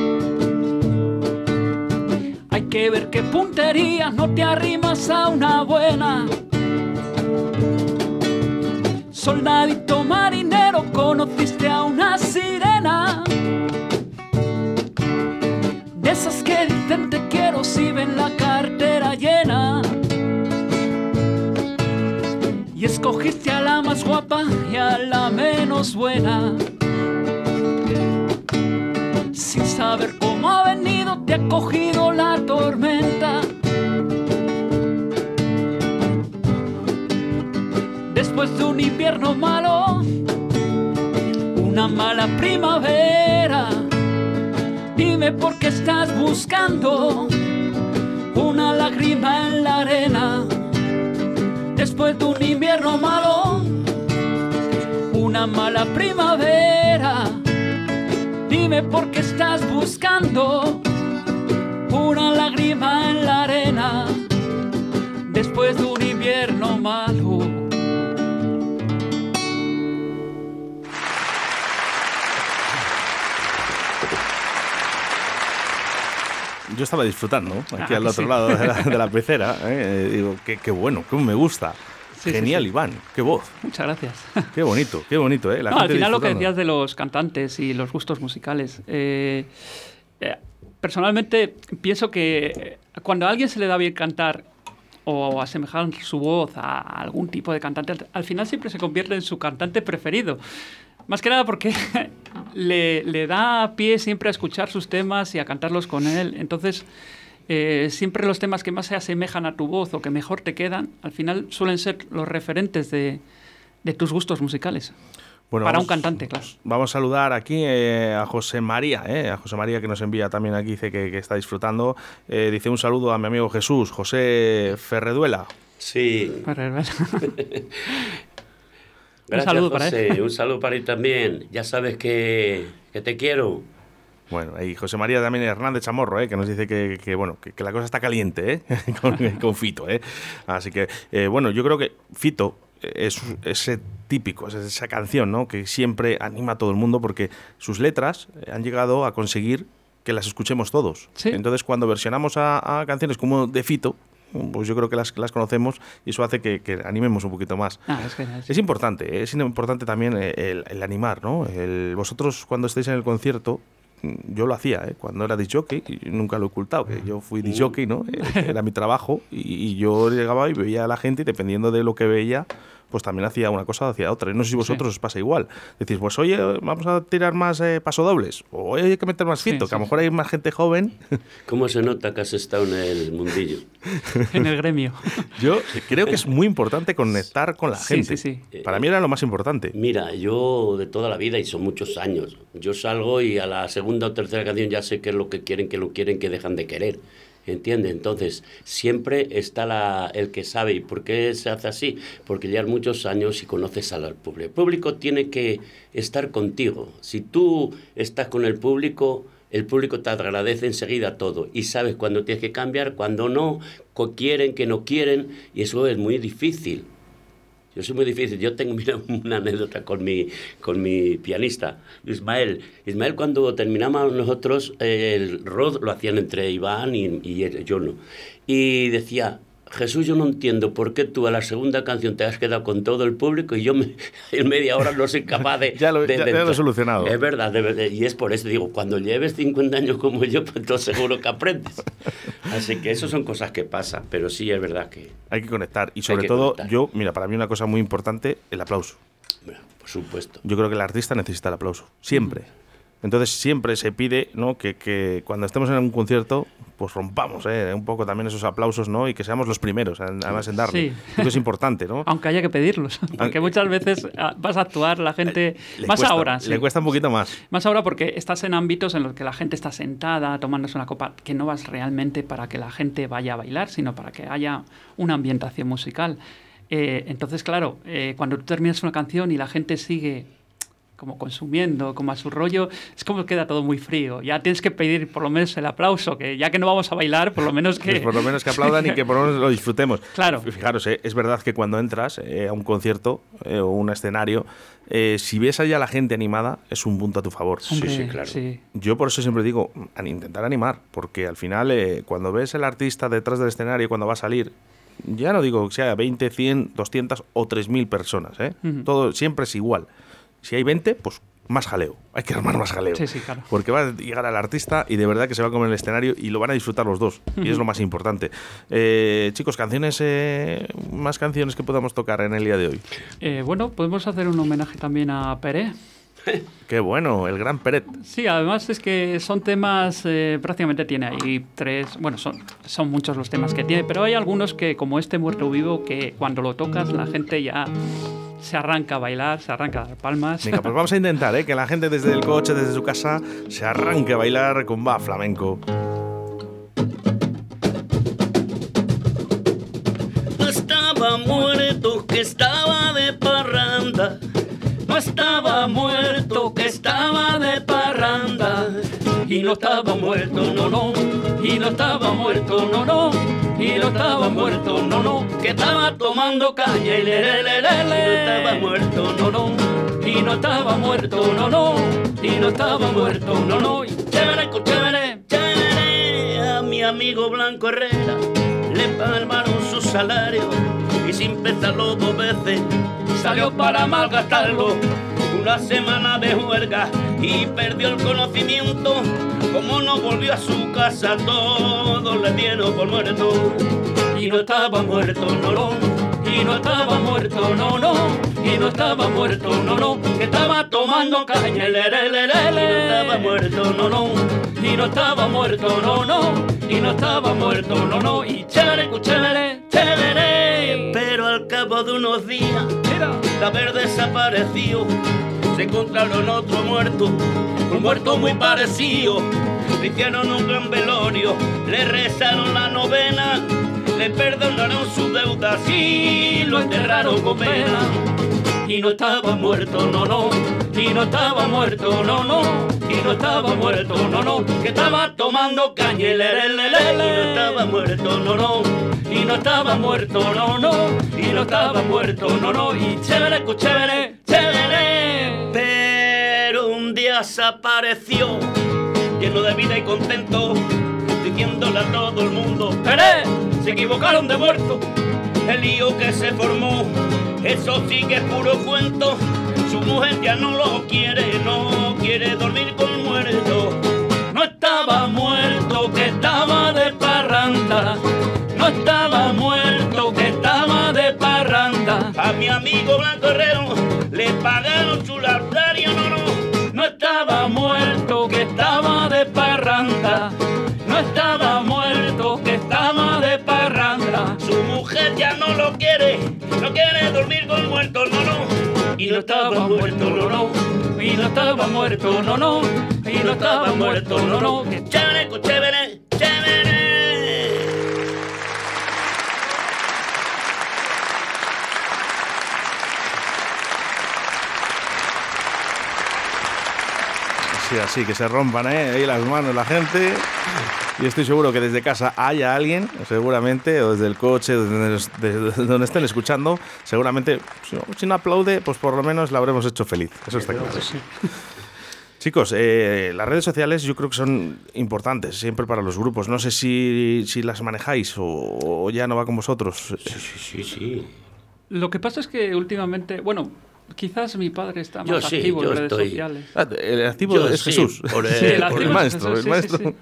Hay que ver qué puntería, no te arrimas a una buena. Soldadito marinero, conociste a una sirena. De esas que dicen te quiero si ven la cartera llena. Y escogiste a la más guapa y a la menos buena. Sin saber cómo ha venido, te ha cogido la tormenta. Después de un invierno malo, una mala primavera. Dime por qué estás buscando una lágrima en la arena. Después de un invierno malo, una mala primavera. Dime por qué estás buscando una lágrima en la arena. Después de un invierno malo. Yo estaba disfrutando aquí Ah, al otro sí. lado de la, de la pecera. ¿eh? Digo, qué, qué bueno, cómo me gusta. Sí, Genial, sí, sí. Iván, qué voz. Muchas gracias. Qué bonito, qué bonito, ¿eh? La No, al gente final lo que disfrutando. decías de los cantantes y los gustos musicales. Eh, eh, personalmente pienso que cuando a alguien se le da bien cantar o asemejar su voz a algún tipo de cantante, al- al final siempre se convierte en su cantante preferido. Más que nada porque le, le da pie siempre a escuchar sus temas y a cantarlos con él. Entonces, eh, siempre los temas que más se asemejan a tu voz o que mejor te quedan, al final suelen ser los referentes de, de tus gustos musicales. Bueno, Para vamos- un cantante, claro. Vamos a saludar aquí eh, a José María, eh, a José María que nos envía también aquí, dice que, que está disfrutando. Eh, dice un saludo a mi amigo Jesús, José Ferreduela. Sí. Gracias, saludo para José. él. Un saludo para él también. Ya sabes que, que te quiero. Bueno, y José María también Hernández Chamorro, ¿eh? que nos dice que, que, bueno, que, que la cosa está caliente ¿eh? con, con Fito. ¿eh? Así que, eh, bueno, yo creo que Fito es ese típico, es esa canción, ¿no? que siempre anima a todo el mundo porque sus letras han llegado a conseguir que las escuchemos todos. Sí. Entonces, cuando versionamos a, a canciones como de Fito, pues yo creo que las, las conocemos y eso hace que, que animemos un poquito más. Ah, es genial, sí. Es importante, ¿eh? es importante también el, el animar, ¿no? El, vosotros cuando estéis en el concierto, yo lo hacía, ¿eh? Cuando era disc jockey, y nunca lo he ocultado, que yo fui disc jockey, ¿no? Eh, Era mi trabajo y, y yo llegaba y veía a la gente y dependiendo de lo que veía, pues también hacía una cosa o hacía otra. Y no sé si vosotros Sí. os pasa igual. Decís, pues oye, vamos a tirar más eh, pasodobles, o oye, hay que meter más Sí, Fito, sí, que a lo sí. mejor hay más gente joven. ¿Cómo se nota que has estado en el mundillo? En el gremio. Yo creo que es muy importante conectar con la Sí, gente. sí, sí. Para mí era lo más importante. Mira, yo de toda la vida, y son muchos años, yo salgo y a la segunda o tercera canción ya sé qué es lo que quieren, qué lo quieren, qué dejan de querer. ¿entiendes? Entonces, siempre está la, el que sabe. ¿Y por qué se hace así? Porque llevas muchos años y conoces al público. El público tiene que estar contigo. Si tú estás con el público, el público te agradece enseguida todo. Y sabes cuándo tienes que cambiar, cuándo no, qué quieren, qué no quieren. Y eso es muy difícil. Yo soy muy difícil. Yo tengo, mira, una anécdota con mi, con mi pianista, Ismael. Ismael, cuando terminamos nosotros, eh, el rod lo hacían entre Iván y, y yo, ¿no? Y decía, Jesús, yo no entiendo por qué tú a la segunda canción te has quedado con todo el público y yo me, en media hora no soy capaz de... ya lo, de, ya, de, ya lo he solucionado. Es verdad, de, de, y es por eso, digo, cuando lleves cincuenta años como yo, pues entonces seguro que aprendes. Así que eso son cosas que pasan, pero sí es verdad que... Hay que conectar y sobre todo, conectar. yo, mira, para mí una cosa muy importante, el aplauso. Bueno, por supuesto. Yo creo que el artista necesita el aplauso, siempre. Entonces siempre se pide, ¿no?, que, que cuando estemos en un concierto, pues rompamos, ¿eh?, un poco también esos aplausos, ¿no?, y que seamos los primeros, además en darle. Sí. Creo que es importante, ¿no? Aunque haya que pedirlos, porque muchas veces vas a actuar, la gente... Le más cuesta, ahora, Le sí. cuesta un poquito más. Más ahora porque estás en ámbitos en los que la gente está sentada, tomándose una copa, que no vas realmente para que la gente vaya a bailar, sino para que haya una ambientación musical. Eh, entonces, claro, eh, cuando tú terminas una canción y la gente sigue como consumiendo, como a su rollo, es como que queda todo muy frío. Ya tienes que pedir por lo menos el aplauso, que ya que no vamos a bailar, por lo menos que... Pues por lo menos que aplaudan y que por lo menos lo disfrutemos. Claro. Fijaros, eh, es verdad que cuando entras eh, a un concierto eh, o un escenario, eh, si ves allá a la gente animada, es un punto a tu favor. Hombre, sí, sí, claro. Sí. Yo por eso siempre digo, a intentar animar, porque al final, eh, cuando ves el artista detrás del escenario, cuando va a salir, ya no digo que sea veinte, cien, doscientas o tres mil personas, ¿eh? Uh-huh. Todo siempre es igual. Si hay veinte, pues más jaleo. Hay que armar más jaleo. Sí, sí, claro. Porque va a llegar al artista y de verdad que se va a comer el escenario y lo van a disfrutar los dos. Uh-huh. Y es lo más importante. Eh, chicos, canciones, eh, más canciones que podamos tocar en el día de hoy. Eh, bueno, podemos hacer un homenaje también a Peret. Qué bueno, el gran Peret. Sí, además es que son temas, eh, prácticamente tiene ahí tres, bueno, son, son muchos los temas que tiene, pero hay algunos que, como este Muerto Vivo, que cuando lo tocas la gente ya se arranca a bailar, se arranca a dar palmas. Venga, pues vamos a intentar, ¿eh?, que la gente desde el coche, desde su casa, se arranque a bailar con va flamenco. No estaba muerto, que estaba de parranda. No estaba muerto, que estaba de parranda. Y no estaba muerto, no, no. Y no estaba muerto, no, no. Y no estaba muerto, no, no. Que estaba tomando caña y le, le, le, le, le. No estaba muerto, no, no. Y no estaba muerto, no, no. Y no estaba muerto, no, no. Y chévere, chévere, chévere. A mi amigo Blanco Herrera le palmaron su salario y sin pensarlo dos veces salió para malgastarlo. Una semana de huelga y perdió el conocimiento. Como no volvió a su casa, todos le dieron por muerto. Y no estaba muerto, no, no. Y no estaba muerto, no, no. Y no estaba muerto, no, no. Que estaba tomando caña, le, le, le, le, le. Y no estaba muerto, no, no. Y no estaba muerto, no, no. Y no estaba muerto, no, no. Y chévere, chévere, chévere. Pero al cabo de unos días, de haber desaparecido, se encontraron otro muerto, un muerto muy parecido. Le hicieron un gran velorio, le rezaron la novena, le perdonaron sus deudas y lo enterraron con pena. Y no estaba muerto, no, no. Y no estaba muerto, no, no. Y no estaba muerto, no, no. Que estaba tomando caña y le, le, le, le. Y no estaba muerto, no, no. Y no estaba muerto, no, no. Y no estaba muerto, no, no. Y chévere, chévere, chévere. Pero un día desapareció, lleno de vida y contento, diciéndole a todo el mundo: ¡Peret! Se equivocaron de muerto. El lío que se formó, eso sí que es puro cuento. Su mujer ya no lo quiere, no quiere dormir con muerto. No estaba muerto, que estaba de parranda. No estaba muerto, que estaba de parranda. A mi amigo Blanco Herrero le pagaron su salario, no, no. No estaba muerto, que estaba de parranda. No estaba muerto, que estaba de parranda. Su mujer ya no lo quiere, no quiere dormir con muertos, no, no. Y no estaba muerto, no, no. Y no estaba muerto, no, no. Y no estaba muerto, no, no. Que chévere, chévere, chévere. sí, que se rompan ¿eh? ahí las manos la gente. Y estoy seguro que desde casa haya alguien, seguramente, o desde el coche, desde, desde donde estén escuchando, seguramente, si no, si no aplaude, pues por lo menos la habremos hecho feliz. Eso está claro. Sí. Chicos, eh, las redes sociales yo creo que son importantes siempre para los grupos. No sé si, si las manejáis o, o ya no va con vosotros. Sí, sí, sí, sí. Lo que pasa es que últimamente, bueno, quizás mi padre está más yo sí, activo yo en redes estoy... sociales. Ah, el activo yo es sí, Jesús. Por el, sí, el, por el maestro. Jesús, el maestro. Sí, sí, sí.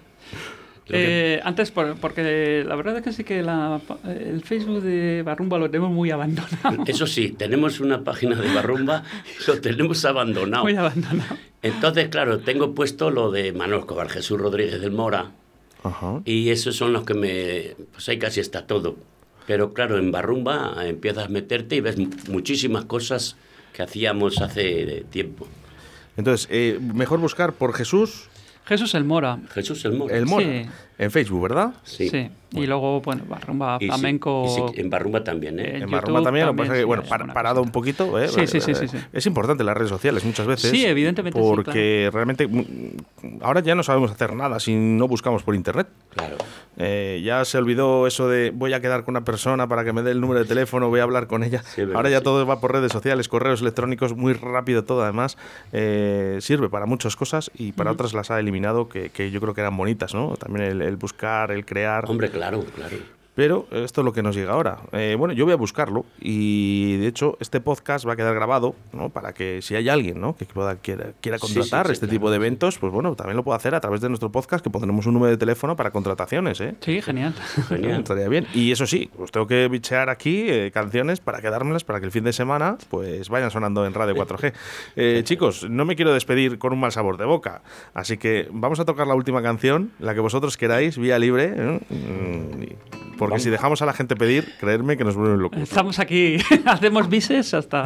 Eh, antes, por, porque la verdad es que sí que la, el Facebook de Barrumba lo tenemos muy abandonado. Eso sí, tenemos una página de Barrumba y lo tenemos abandonado. Muy abandonado. Entonces, claro, tengo puesto lo de Manuel Escobar, Jesús Rodríguez del Mora. Ajá. Y esos son los que me... Pues ahí casi está todo. Pero claro, en Barrumba empiezas a meterte y ves muchísimas cosas que hacíamos hace tiempo. Entonces, eh, mejor buscar por Jesús... Jesús el Mora. Jesús el Mora. El Mora. Sí. En Facebook, ¿verdad? Sí. sí. Y luego, bueno, Barrumba, flamenco... Sí, sí, en Barrumba también, ¿eh? En, en Barrumba también, lo que pasa es que, bueno, par, parado un poquito, ¿eh? Sí, sí, sí, sí, sí. Es importante las redes sociales muchas veces. Sí, evidentemente. Porque sí, claro. realmente ahora ya no sabemos hacer nada si no buscamos por internet. Claro. Eh, ya se olvidó eso de voy a quedar con una persona para que me dé el número de teléfono, voy a hablar con ella. Sí, ahora ya sí. todo va por redes sociales, correos electrónicos, muy rápido todo además. Eh, sirve para muchas cosas y para uh-huh. otras las ha eliminado que, que yo creo que eran bonitas, ¿no? También el, el buscar, el crear. Hombre, claro, claro. Pero esto es lo que nos llega ahora. Eh, bueno, yo voy a buscarlo y de hecho este podcast va a quedar grabado, ¿no? Para que si hay alguien, ¿no? que pueda, quiera, quiera contratar sí, sí, sí, este claro. tipo de eventos, pues bueno, también lo puede hacer a través de nuestro podcast, que pondremos un número de teléfono para contrataciones, ¿eh? Sí, genial. Genial. Estaría bien. Y eso sí, pues tengo que bichear aquí eh, canciones para quedármelas para que el fin de semana pues vayan sonando en Radio cuatro G. Eh, chicos, no me quiero despedir con un mal sabor de boca, así que vamos a tocar la última canción, la que vosotros queráis, vía libre, ¿eh? Porque Vamos. si dejamos a la gente pedir, creedme que nos vuelven locos. Estamos aquí, hacemos bises hasta...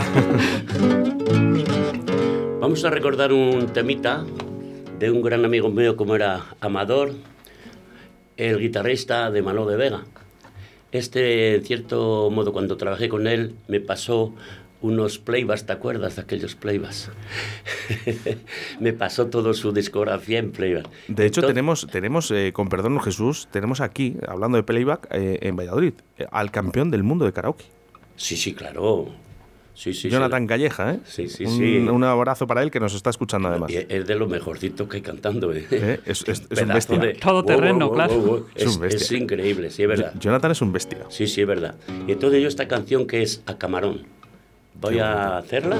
Vamos a recordar un temita de un gran amigo mío como era Amador, el guitarrista de Manolo de Vega. Este, en cierto modo, cuando trabajé con él, me pasó unos playbacks, ¿te acuerdas de aquellos playbacks? Me pasó toda su discografía en playback. De hecho, Entonces, tenemos, tenemos eh, con perdón Jesús, tenemos aquí, hablando de playback, eh, en Valladolid, eh, al campeón del mundo de karaoke. Sí, sí, claro. Sí, sí, Jonathan sí. Calleja, ¿eh? Sí, sí, un, sí. Un abrazo para él que nos está escuchando además. Y es de lo mejorcito que hay cantando, ¿eh? ¿Eh? Es, es, es un bestia. De... Todo terreno, wow, wow, claro. wow, wow. Es, es, un bestia. Es increíble, sí, es verdad. Jonathan es un bestia. Sí, sí, es verdad. Y entonces yo esta canción que es A Camarón, voy a hacerla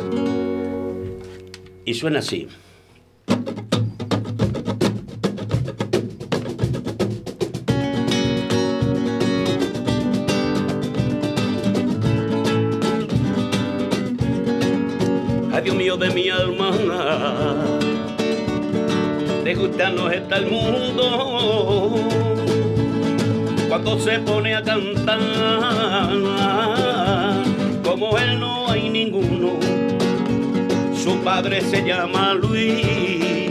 y suena así. Ay, Dios mío de mi alma, de gustarnos está el mundo cuando se pone a cantar. Como él no hay ninguno, su padre se llama Luis,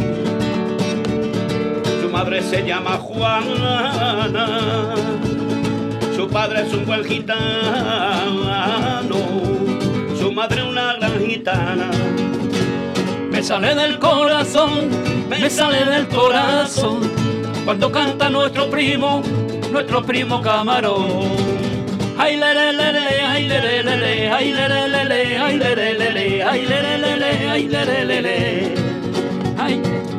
su madre se llama Juana, su padre es un buen gitano, su madre una gran gitana. Me sale del corazón, me sale del corazón, cuando canta nuestro primo, nuestro primo Camarón. Ay le le le le, ay le le le le, ay le le le le, ay le le le le, ay le le le le, ay le le le le, ay.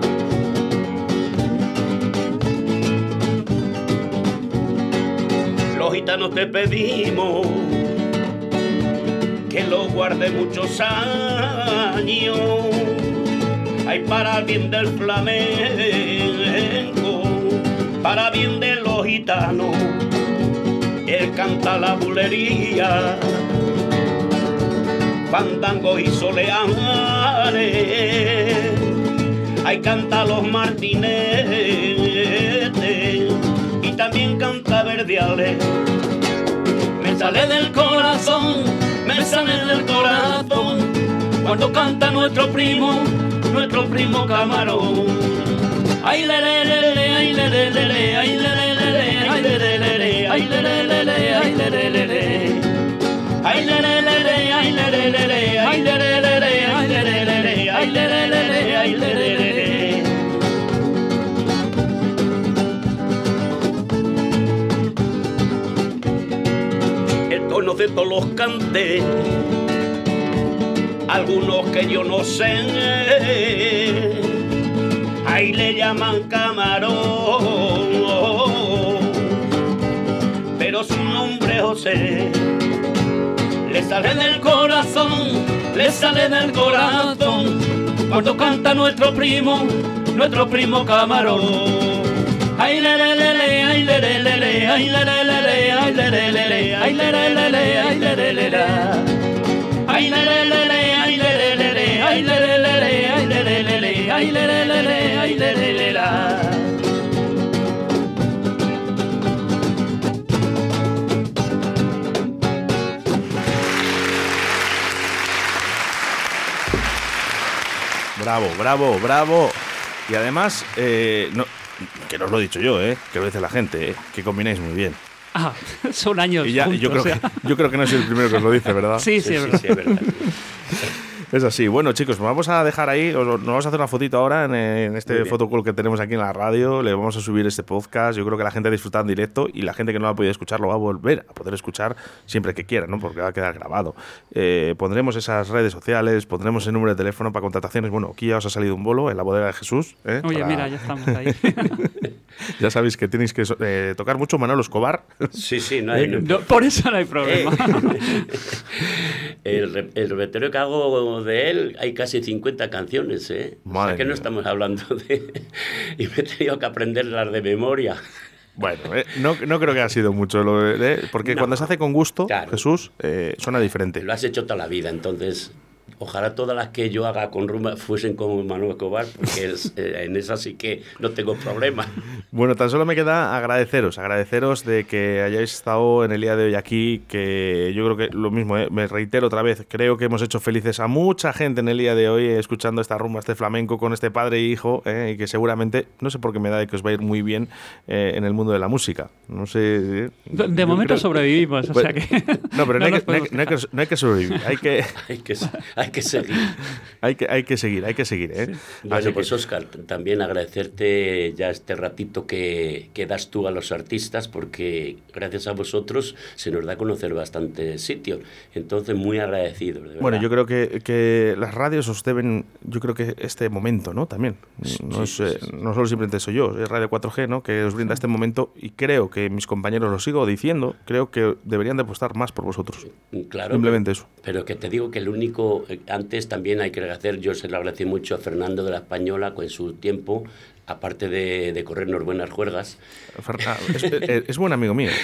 Los gitanos te pedimos que lo guarde muchos años, ay para bien del flamenco, para bien de los gitanos. Él canta la bulería, fandango y soleanes, ahí canta los martinetes y también canta verdiales. Me sale del corazón, me sale del corazón, cuando canta nuestro primo, nuestro primo Camarón. Ay le le le le, ay le le le le, ay le le le le, ay le le le le, ay le le le le, ay le le le le, ay le le le le, ay le le le le, ay le le le le, ay le le le le, ay le le le le, ay le le le le, de todos los cantes, algunos que yo no sé, ahí le llaman camarón, pero su nombre es José. Le sale del corazón, le sale del corazón, cuando canta nuestro primo, nuestro primo camarón. Ay le le le le, ay le le le le, ay le le le le, ay le le le le, ay le le le le, ay le le le le, ay le le le le, ay le le le le, ay le le le le, ay le le le le, ay le le le le, ay le le le la. Bravo, bravo, bravo. Y además, eh, no, que no os lo he dicho yo, eh, que lo dice la gente, eh, que combináis muy bien. Ah, son años. Y ya, juntos, yo, creo o sea. que, yo creo que no soy el primero que os lo dice, ¿verdad? Sí, sí, sí, es verdad. Sí, es verdad. Es así. Bueno, chicos, vamos a dejar ahí, os, nos vamos a hacer una fotito ahora en, en este fotocall que tenemos aquí en la radio. Le vamos a subir este podcast. Yo creo que la gente ha disfrutado en directo y la gente que no lo ha podido escuchar lo va a volver a poder escuchar siempre que quiera, ¿no? Porque va a quedar grabado. Eh, pondremos esas redes sociales, pondremos el número de teléfono para contrataciones. Bueno, aquí ya os ha salido un bolo en la bodega de Jesús. ¿eh? Oye, para... mira, ya estamos ahí. Ya sabéis que tenéis que eh, tocar mucho Manolo Escobar. Sí, sí, no hay... No, por eso no hay problema. Eh, el, el repertorio que hago de él, hay casi cincuenta canciones, ¿eh? Madre o sea que no mía. estamos hablando de... y me he tenido que aprenderlas de memoria. Bueno, eh, no, no creo que haya sido mucho, lo de, eh, porque No. cuando se hace con gusto, Claro. Jesús, eh, suena diferente. Lo has hecho toda la vida, entonces... Ojalá todas las que yo haga con rumba fuesen como Manuel Escobar, porque es, eh, en esa sí que no tengo problema. Bueno, tan solo me queda agradeceros, agradeceros de que hayáis estado en el día de hoy aquí, que yo creo que lo mismo, eh, me reitero otra vez, creo que hemos hecho felices a mucha gente en el día de hoy eh, escuchando esta rumba, este flamenco con este padre e hijo, eh, y que seguramente, no sé por qué me da de que os va a ir muy bien eh, en el mundo de la música. No sé... eh, De, de yo momento creo- sobrevivimos, o Pues- sea que... No, pero no, no hay nos que, no, hay, podemos no hay que- no hay que sobrevivir, hay que... hay, que, hay que seguir. Hay que, hay que seguir, hay que seguir, ¿eh? Bueno, Así pues que- Óscar, también agradecerte ya este ratito que, que das tú a los artistas, porque gracias a vosotros se nos da a conocer bastantes sitios. Entonces, muy agradecido, de verdad. Bueno, yo creo que, que las radios os deben, yo creo que este momento, ¿no? También. No, es, eh, no solo simplemente soy yo, es Radio cuatro G, ¿no? Que os brinda este momento y creo que mis compañeros, lo sigo diciendo, creo que deberían de apostar más por vosotros. Claro, Simplemente pero, eso. Pero que te digo que el único, eh, antes también hay que agradecer, yo se lo agradecí mucho a Fernando de la Española con su tiempo, aparte de, de corrernos buenas juergas. Fer- ah, es, es- es buen amigo mío.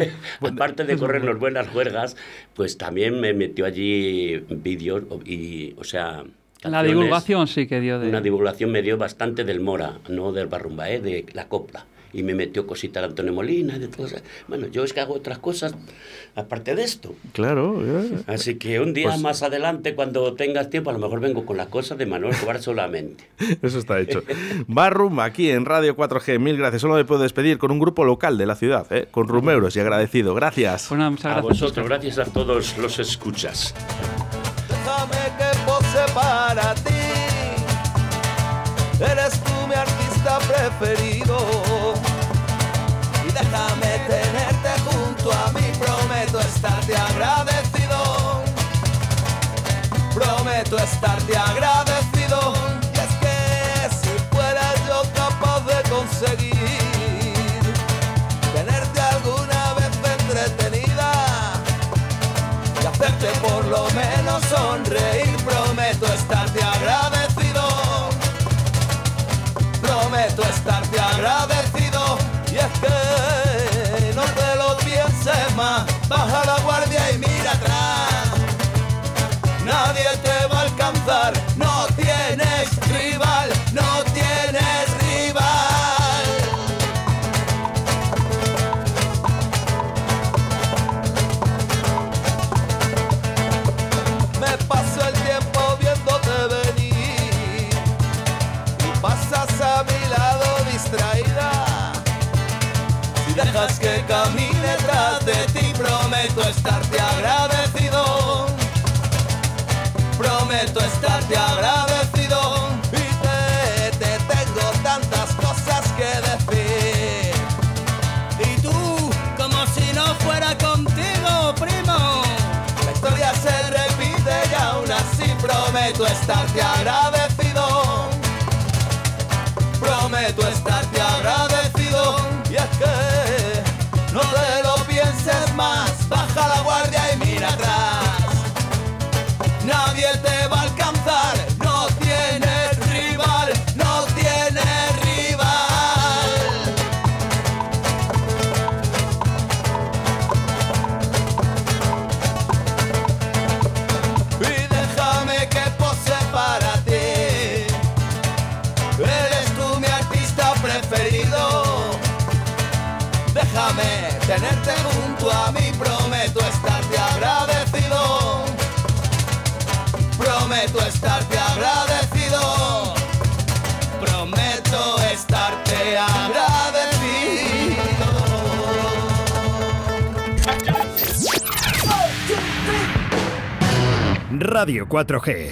Aparte de corrernos buenas juergas, pues también me metió allí vídeos y, o sea... La canciones. divulgación sí que dio de... Una divulgación me dio bastante del Mora, no del Barrumba, ¿eh? De la copla. Y me metió cositas de Antonio Molina, de todo eso. Bueno, yo es que hago otras cosas aparte de esto. Claro. ya. Así que un día Pues- más adelante, cuando tengas tiempo, a lo mejor vengo con las cosas de Manuel Escobar solamente. Eso está hecho. Barrum aquí en Radio cuatro G. Mil gracias. Solo me puedo despedir con un grupo local de la ciudad, ¿eh? Con rumeuros y agradecido. Gracias. Pues nada, muchas A gracias. vosotros, gracias a todos los escuchas. Déjame que pose para ti. Eres tú mi artista preferido. Y déjame tenerte junto a mí. Prometo estarte agradecido. Prometo estarte agradecido. Y es que si fuera yo capaz de conseguir tenerte alguna vez entretenida y hacerte por lo menos sonreír, prometo estarte agradecido, prometo estarte agradecido. Y es que no te lo pienses más, baja la guardia y mira atrás, nadie te va a alcanzar, no tienes rival, no tienes rival. Me paso el tiempo viéndote venir y pasas a mi lado distraída. Si dejas que camine tras de ti, prometo estarte agradecido. Prometo estarte agradecido. Y te, te tengo tantas cosas que decir. Y tú, como si no fuera contigo, primo. Prometo estarte agradecido, prometo estarte agradecido. Y es que no te lo pienses más, baja la guardia y mira atrás. Nadie te va a alcanzar, no tienes rival, no tienes rival. Y déjame que pose para ti, eres tú mi artista preferido. Déjame tenerte junto a mí, prometo estarte agradecido, prometo estarte agradecido, prometo estarte agradecido. Radio cuatro G,